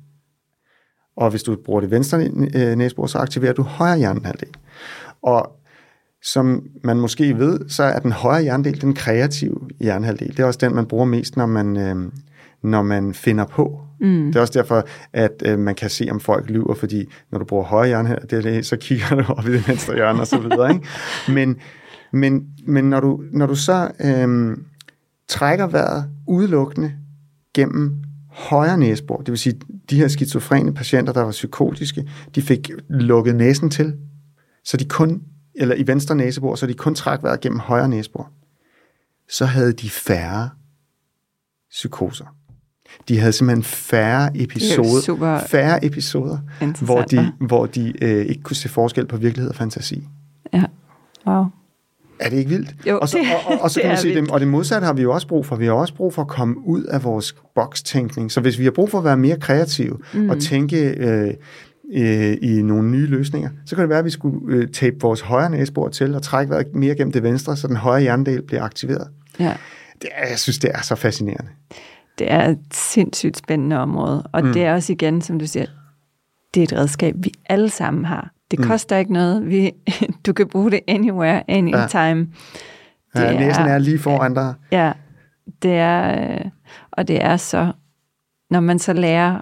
Og hvis du bruger det venstre næsebor, så aktiverer du højre hjernehalvdel. Og som man måske ved, så er den højre hjernedel den kreative hjernehalvdel. Det er også den, man bruger mest, når man, øh, når man finder på. Mm. Det er også derfor, at øh, man kan se, om folk lyver, fordi når du bruger højre hjernehalvdel, så kigger du op i det venstre hjørne og så videre. Ikke? Men, men, men når, du, når du så øh, trækker vejret udelukkende gennem højre næsebor, det vil sige, de her skizofrene patienter, der var psykotiske, de fik lukket næsen til, så de kun eller i venstre næsebor, så de kun træk vejret gennem højre næsebor, så havde de færre psykoser. De havde simpelthen færre episoder, færre episoder, hvor de, hvor de øh, ikke kunne se forskel på virkelighed og fantasi. Ja, wow. Er det ikke vildt? Jo, og så, og, og, og så kan man sige, det, og det modsatte har vi jo også brug for. Vi har også brug for at komme ud af vores bokstænkning. Så hvis vi har brug for at være mere kreative mm. og tænke øh, øh, i nogle nye løsninger, så kan det være, at vi skulle øh, tape vores højre næsebor til og trække vejret mere gennem det venstre, så den højre hjernedel bliver aktiveret. Ja. Det er, jeg synes, det er så fascinerende. Det er et sindssygt spændende område, og mm. det er også igen, som du siger, det er et redskab, vi alle sammen har. Det mm. koster ikke noget. Vi, du kan bruge det anywhere, anytime. Ja, ja næsen er lige foran dig. Ja, det er, og det er så, når man så lærer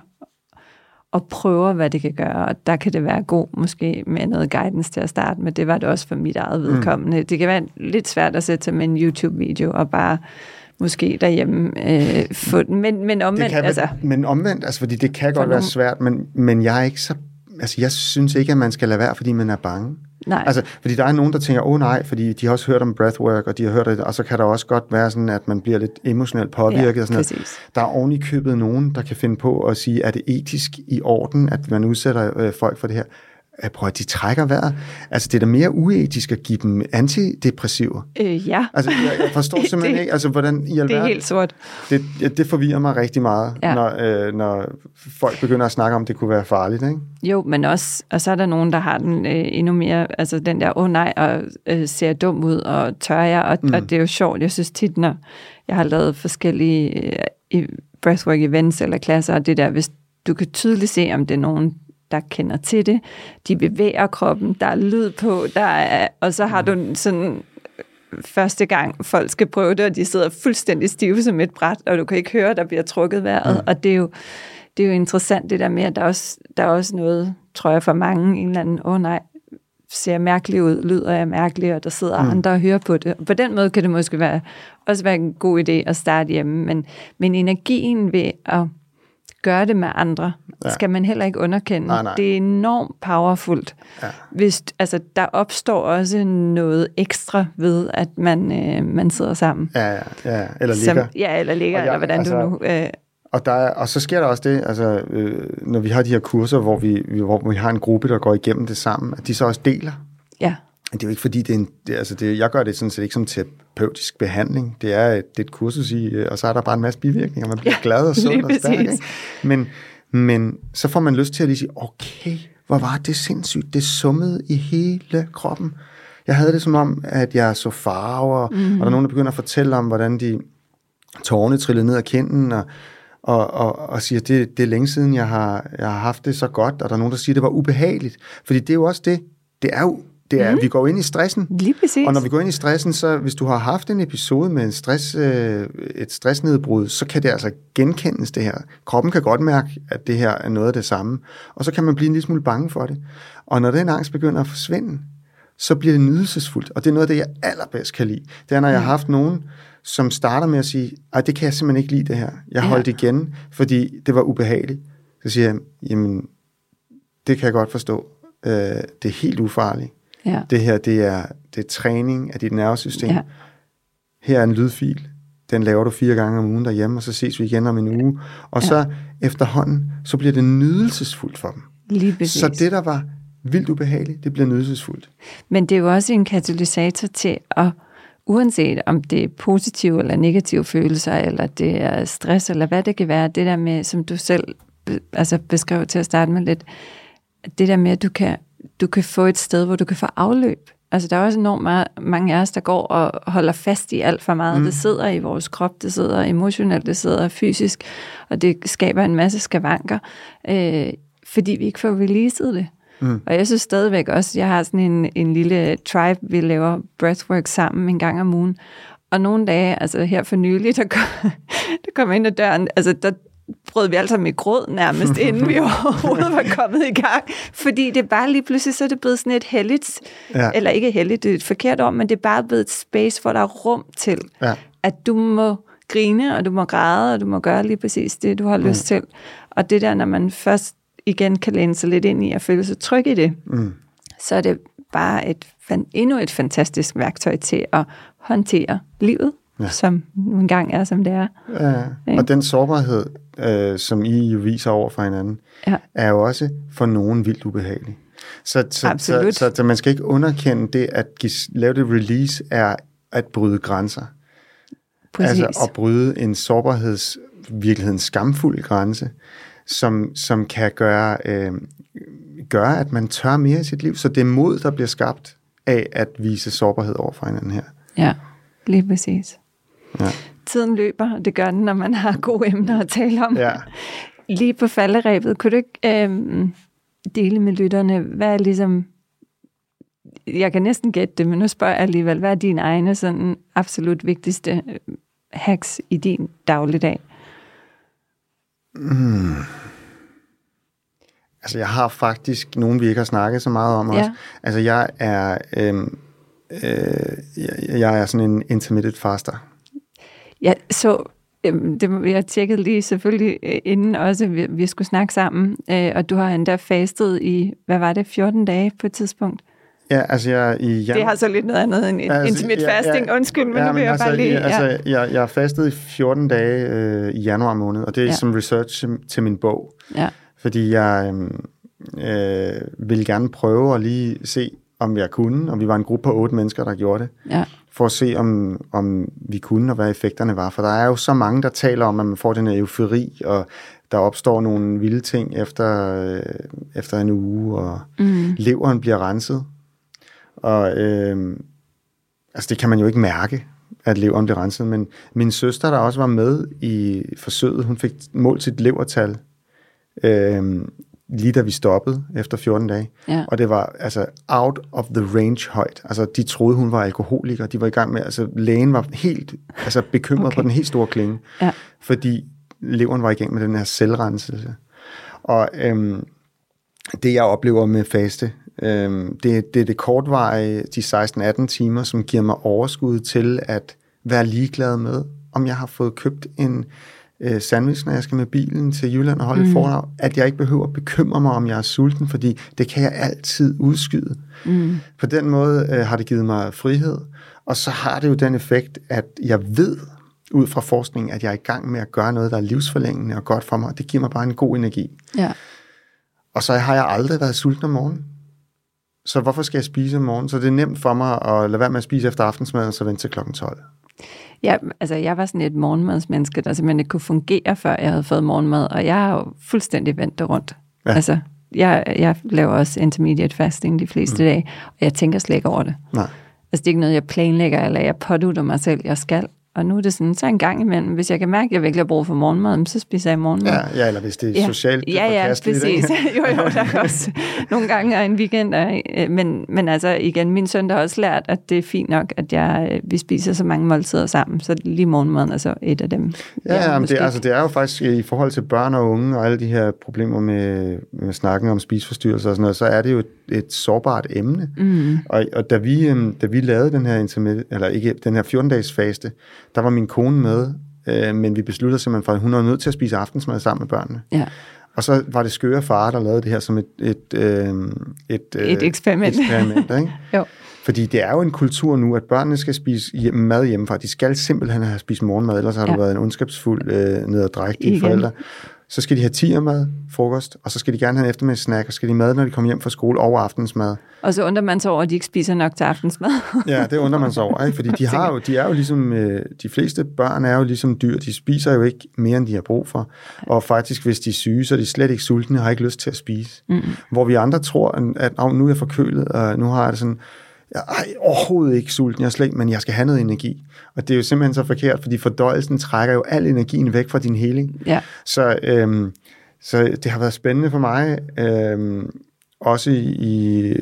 at prøve, hvad det kan gøre, og der kan det være god måske med noget guidance til at starte med. Det var det også for mit eget vedkommende. Mm. Det kan være lidt svært at sætte sig med en YouTube-video og bare måske derhjemme øh, få den, men, men omvendt. Kan, altså, men omvendt, altså, fordi det kan godt være svært, men, men jeg er ikke så, altså jeg synes ikke, at man skal lade være, fordi man er bange. Nej. Altså, fordi der er nogen, der tænker, åh oh, nej, fordi de har også hørt om breathwork, og de har hørt det, og så kan der også godt være sådan, at man bliver lidt emotionelt påvirket. Ja, og sådan noget. Der er oven i købet nogen, der kan finde på at sige, er det etisk i orden, at man udsætter øh, folk for det her? Prøv at de trækker vejret. Altså, det er da mere uetisk at give dem antidepressiver. Øh, ja. Altså, jeg, jeg forstår simpelthen det, ikke, altså, hvordan i alverden... Det er helt sort. Det, det forvirrer mig rigtig meget, ja. når, øh, når folk begynder at snakke om, det kunne være farligt, ikke? Jo, men også, og så er der nogen, der har den øh, endnu mere, altså den der, åh oh, nej, og øh, ser dum ud, og tør jeg, og, mm. og det er jo sjovt. Jeg synes tit, når jeg har lavet forskellige øh, breathwork events eller klasser, og det der, hvis du kan tydeligt se, om det er nogen, der kender til det, de bevæger kroppen, der er lyd på, der er, og så har du sådan første gang folk skal prøve det, og de sidder fuldstændig stive som et bræt, og du kan ikke høre, der bliver trukket vejret, mm. og det er jo det er jo interessant det der med, at der er også, der er også noget, tror jeg for mange, en eller anden, åh oh, nej, ser jeg mærkelig ud, lyder jeg mærkelig, og der sidder mm. andre og hører på det. Og på den måde kan det måske være, også være en god idé at starte hjemme, men, men energien ved at gøre det med andre, ja. skal man heller ikke underkende. Nej, nej. Det er enormt powerfult. Ja. Hvis, altså, der opstår også noget ekstra ved, at man, øh, man sidder sammen. Ja, ja, ja. Eller ligger. Som, ja, eller ligger, jeg, eller hvordan altså, du nu... Øh, og, der er, og så sker der også det, altså, øh, når vi har de her kurser, hvor vi, hvor vi har en gruppe, der går igennem det sammen, at de så også deler. Ja. Det er jo ikke fordi, det er en, det, altså det, jeg gør det sådan set ikke som terapeutisk behandling. Det er, det er et kursus i, og så er der bare en masse bivirkninger. Man bliver ja, glad og sund og stærk. Men, men så får man lyst til at lige sige, okay, hvor var det sindssygt. Det summede i hele kroppen. Jeg havde det som om, at jeg så farver, mm-hmm. og der er nogen, der begynder at fortælle om, hvordan de tårerne trillede ned ad kinden, og, og, og, og siger, det, det er længe siden, jeg har, jeg har haft det så godt, og der er nogen, der siger, det var ubehageligt. Fordi det er jo også det. Det er jo Det er, mm. vi går ind i stressen. Lige præcis. Og når vi går ind i stressen, så hvis du har haft en episode med en stress, øh, et stressnedbrud, så kan det altså genkendes det her. Kroppen kan godt mærke, at det her er noget af det samme. Og så kan man blive en lille smule bange for det. Og når den angst begynder at forsvinde, så bliver det nydelsesfuldt. Og det er noget af det, jeg allerbedst kan lide. Det er, når jeg har haft nogen, som starter med at sige, ej, det kan jeg simpelthen ikke lide det her. Jeg holdt ja. igen, fordi det var ubehageligt. Så siger jeg, jamen, det kan jeg godt forstå. Øh, det er helt ufarligt. Ja. Det her, det er, det er træning af dit nervesystem. Ja. Her er en lydfil. Den laver du fire gange om ugen derhjemme, og så ses vi igen om en uge. Og ja. så efterhånden, så bliver det nydelsesfuldt for dem. Lige præcis. Så det, der var vildt ubehageligt, det bliver nydelsesfuldt. Men det er jo også en katalysator til at, uanset om det er positive eller negative følelser, eller det er stress, eller hvad det kan være, det der med, som du selv altså beskrev til at starte med lidt, det der med, at du kan du kan få et sted, hvor du kan få afløb. Altså, der er også enormt meget, mange af os, der går og holder fast i alt for meget. Mm. Det sidder i vores krop, det sidder emotionelt, det sidder fysisk, og det skaber en masse skavanker, øh, fordi vi ikke får releaset det. Mm. Og jeg synes stadigvæk også, jeg har sådan en, en lille tribe, vi laver breathwork sammen en gang om ugen, og nogle dage, altså her for nylig, der kom, der kom ind ad døren, altså der brød vi altså med gråd nærmest, inden vi overhovedet var kommet i gang. Fordi det er bare lige pludselig, så er det blevet sådan et helligt, ja. eller ikke helligt, det er et forkert ord, men det er bare blevet et space, hvor der er rum til, ja. at du må grine, og du må græde, og du må gøre lige præcis det, du har mm. lyst til. Og det der, når man først igen kan læne sig lidt ind i at føle sig tryg i det, mm. så er det bare et, endnu et fantastisk værktøj til at håndtere livet. Ja. Som nu engang er, som det er. Ja, og den sårbarhed, øh, som I jo viser over for hinanden, ja. er jo også for nogen vildt ubehagelig. Så, så, så, så, så man skal ikke underkende det, at give, lave det release, er at bryde grænser. Præcis. Altså at bryde en sårbarheds, virkeligheden skamfuld grænse, som, som kan gøre, øh, gøre, at man tør mere i sit liv. Så det er mod, der bliver skabt af at vise sårbarhed over for hinanden her. Ja, lige præcis. Ja. Tiden løber, og det gør den, når man har gode emner at tale om. Ja. Lige på falderebet, kunne du ikke øhm, dele med lytterne, hvad er ligesom, jeg kan næsten gætte det, men nu spørger jeg alligevel, hvad er dine egne sådan absolut vigtigste hacks i din dagligdag? Mm. Altså, jeg har faktisk nogen, vi ikke har snakket så meget om også. Ja. Altså, jeg er, øhm, øh, jeg, jeg er sådan en intermittent faster. Ja, så det, jeg tjekkede lige selvfølgelig inden også, vi, vi skulle snakke sammen, øh, og du har endda fastet i, hvad var det, fjorten dage på et tidspunkt? Ja, altså jeg i januar... Det har så lidt noget andet end altså, intermittent ja, fasting, ja, undskyld, men ja, nu vil jeg altså, bare lige... Ja. Altså, jeg, jeg har fastet i fjorten dage øh, i januar måned, og det er ja. som research til min bog. Ja. Fordi jeg øh, ville gerne prøve at lige se, om jeg kunne, og vi var en gruppe på otte mennesker, der gjorde det, ja. for at se, om, om vi kunne, og hvad effekterne var. For der er jo så mange, der taler om, at man får den her eufori, og der opstår nogle vilde ting efter, øh, efter en uge, og mm. leveren bliver renset. Og øh, altså det kan man jo ikke mærke, at leveren bliver renset, men min søster, der også var med i forsøget, hun fik målt sit levertal, øh, lige da vi stoppede efter fjorten dage. Ja. Og det var altså out of the range højt. Altså de troede, hun var alkoholiker. De var i gang med, altså lægen var helt altså bekymret okay. på den helt store klinge. Ja. Fordi leveren var igennem med den her selvrenselse. Og øhm, det, jeg oplever med faste, øhm, det, det er det kortvarige, de seksten atten timer, som giver mig overskud til at være ligeglad med, om jeg har fået købt en øh, sandwich, når jeg skal med bilen til Jylland og holde mm. et foredrag, at jeg ikke behøver at bekymre mig, om jeg er sulten, fordi det kan jeg altid udskyde. Mm. På den måde øh, har det givet mig frihed, og så har det jo den effekt, at jeg ved, ud fra forskningen, at jeg er i gang med at gøre noget, der er livsforlængende og godt for mig. Det giver mig bare en god energi. Ja. Og så har jeg aldrig været sulten om morgenen. Så hvorfor skal jeg spise om morgenen? Så det er nemt for mig at lade være med at spise efter aftensmad, og så vente til klokken tolv. Ja, altså jeg var sådan et morgenmadsmenneske, der simpelthen ikke kunne fungere, før jeg havde fået morgenmad, og jeg har jo fuldstændig vendt det rundt. Ja. Altså, jeg, jeg laver også intermediate fasting de fleste mm. dage, og jeg tænker slet ikke over det. Nej. Altså det er ikke noget, jeg planlægger, eller jeg pådutter mig selv, jeg skal. Og nu er det sådan, så en gang imellem, hvis jeg kan mærke, at jeg virkelig har brug for morgenmad, så spiser jeg morgenmad. Ja, ja, eller hvis det er ja. socialt ja, ja, præcis. jo, jo, der er også nogle gange er en weekend. Er, men, men altså igen, min søn har også lært, at det er fint nok, at jeg, vi spiser så mange måltider sammen, så lige morgenmaden er så et af dem. Ja, ja men det, altså, det er jo faktisk i forhold til børn og unge, og alle de her problemer med, med snakken om spiseforstyrrelser og sådan noget, så er det jo et, et sårbart emne. Mm. Og, og da, vi, da vi lavede den her, intermittent, eller ikke, den her fjorten-dages faste, der var min kone med, øh, men vi besluttede simpelthen for, at hun var nødt til at spise aftensmad sammen med børnene. Ja. Og så var det skøre far, der lavede det her som et... Et, øh, et, øh, et eksperiment. eksperiment ikke? Jo. Fordi det er jo en kultur nu, at børnene skal spise hjem, mad hjemmefra. De skal simpelthen have spist morgenmad, ellers har ja. du været en ondskabsfuld øh, nederdrægtige forældre. Så skal de have tigermad, frokost, og så skal de gerne have en eftermiddagssnack, og så skal de mad, når de kommer hjem fra skole, over aftensmad. Og så undrer man sig over, at de ikke spiser nok til aftensmad. Ja, det undrer man sig over, ikke? Fordi de, har jo, de er jo ligesom, øh, de fleste børn er jo ligesom dyr, de spiser jo ikke mere, end de har brug for. Og faktisk, hvis de er syge, så er de slet ikke sultne, og har ikke lyst til at spise. Mm. Hvor vi andre tror, at oh, nu er jeg forkølet, og nu har jeg det sådan... Jeg er overhovedet ikke sulten, jeg er slet, men jeg skal have noget energi. Og det er jo simpelthen så forkert, fordi fordøjelsen trækker jo al energien væk fra din heling. Ja. Så, øhm, så det har været spændende for mig, øhm, også i, i,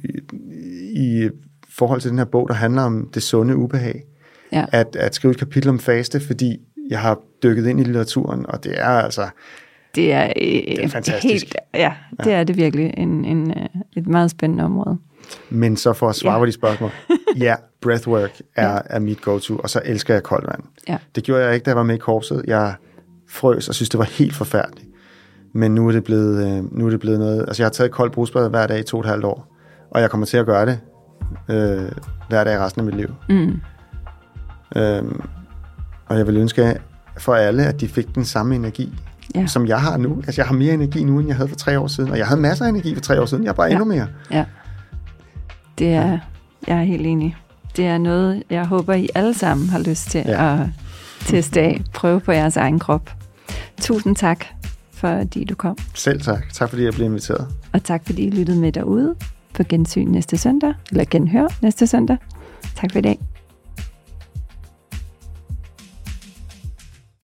i forhold til den her bog, der handler om det sunde ubehag. Ja. At, at skrive et kapitel om faste, fordi jeg har dykket ind i litteraturen, og det er altså... Det er, øh, det er fantastisk. Helt, ja, det ja. er det virkelig en, en, et meget spændende område. Men så for at svare på ja. de spørgsmål, ja, breathwork er, ja. er mit go-to, og så elsker jeg koldt vand. Ja. Det gjorde jeg ikke, da jeg var med i korpset. Jeg frøs og synes, det var helt forfærdeligt. Men nu er det blevet, nu er det blevet noget... Altså, jeg har taget koldt brusbad hver dag i to og et halvt år, og jeg kommer til at gøre det øh, hver dag resten af mit liv. Mm. Øhm, og jeg vil ønske for alle, at de fik den samme energi, ja. som jeg har nu. Altså, jeg har mere energi nu, end jeg havde for tre år siden, og jeg havde masser af energi for tre år siden. Jeg har bare ja. endnu mere. Ja. Det er, jeg er helt enig. Det er noget, jeg håber, I alle sammen har lyst til ja. at teste af, prøve på jeres egen krop. Tusind tak, fordi du kom. Selv tak. Tak, fordi jeg blev inviteret. Og tak, fordi I lyttede med derude på gensyn næste søndag, eller genhør næste søndag. Tak for i dag.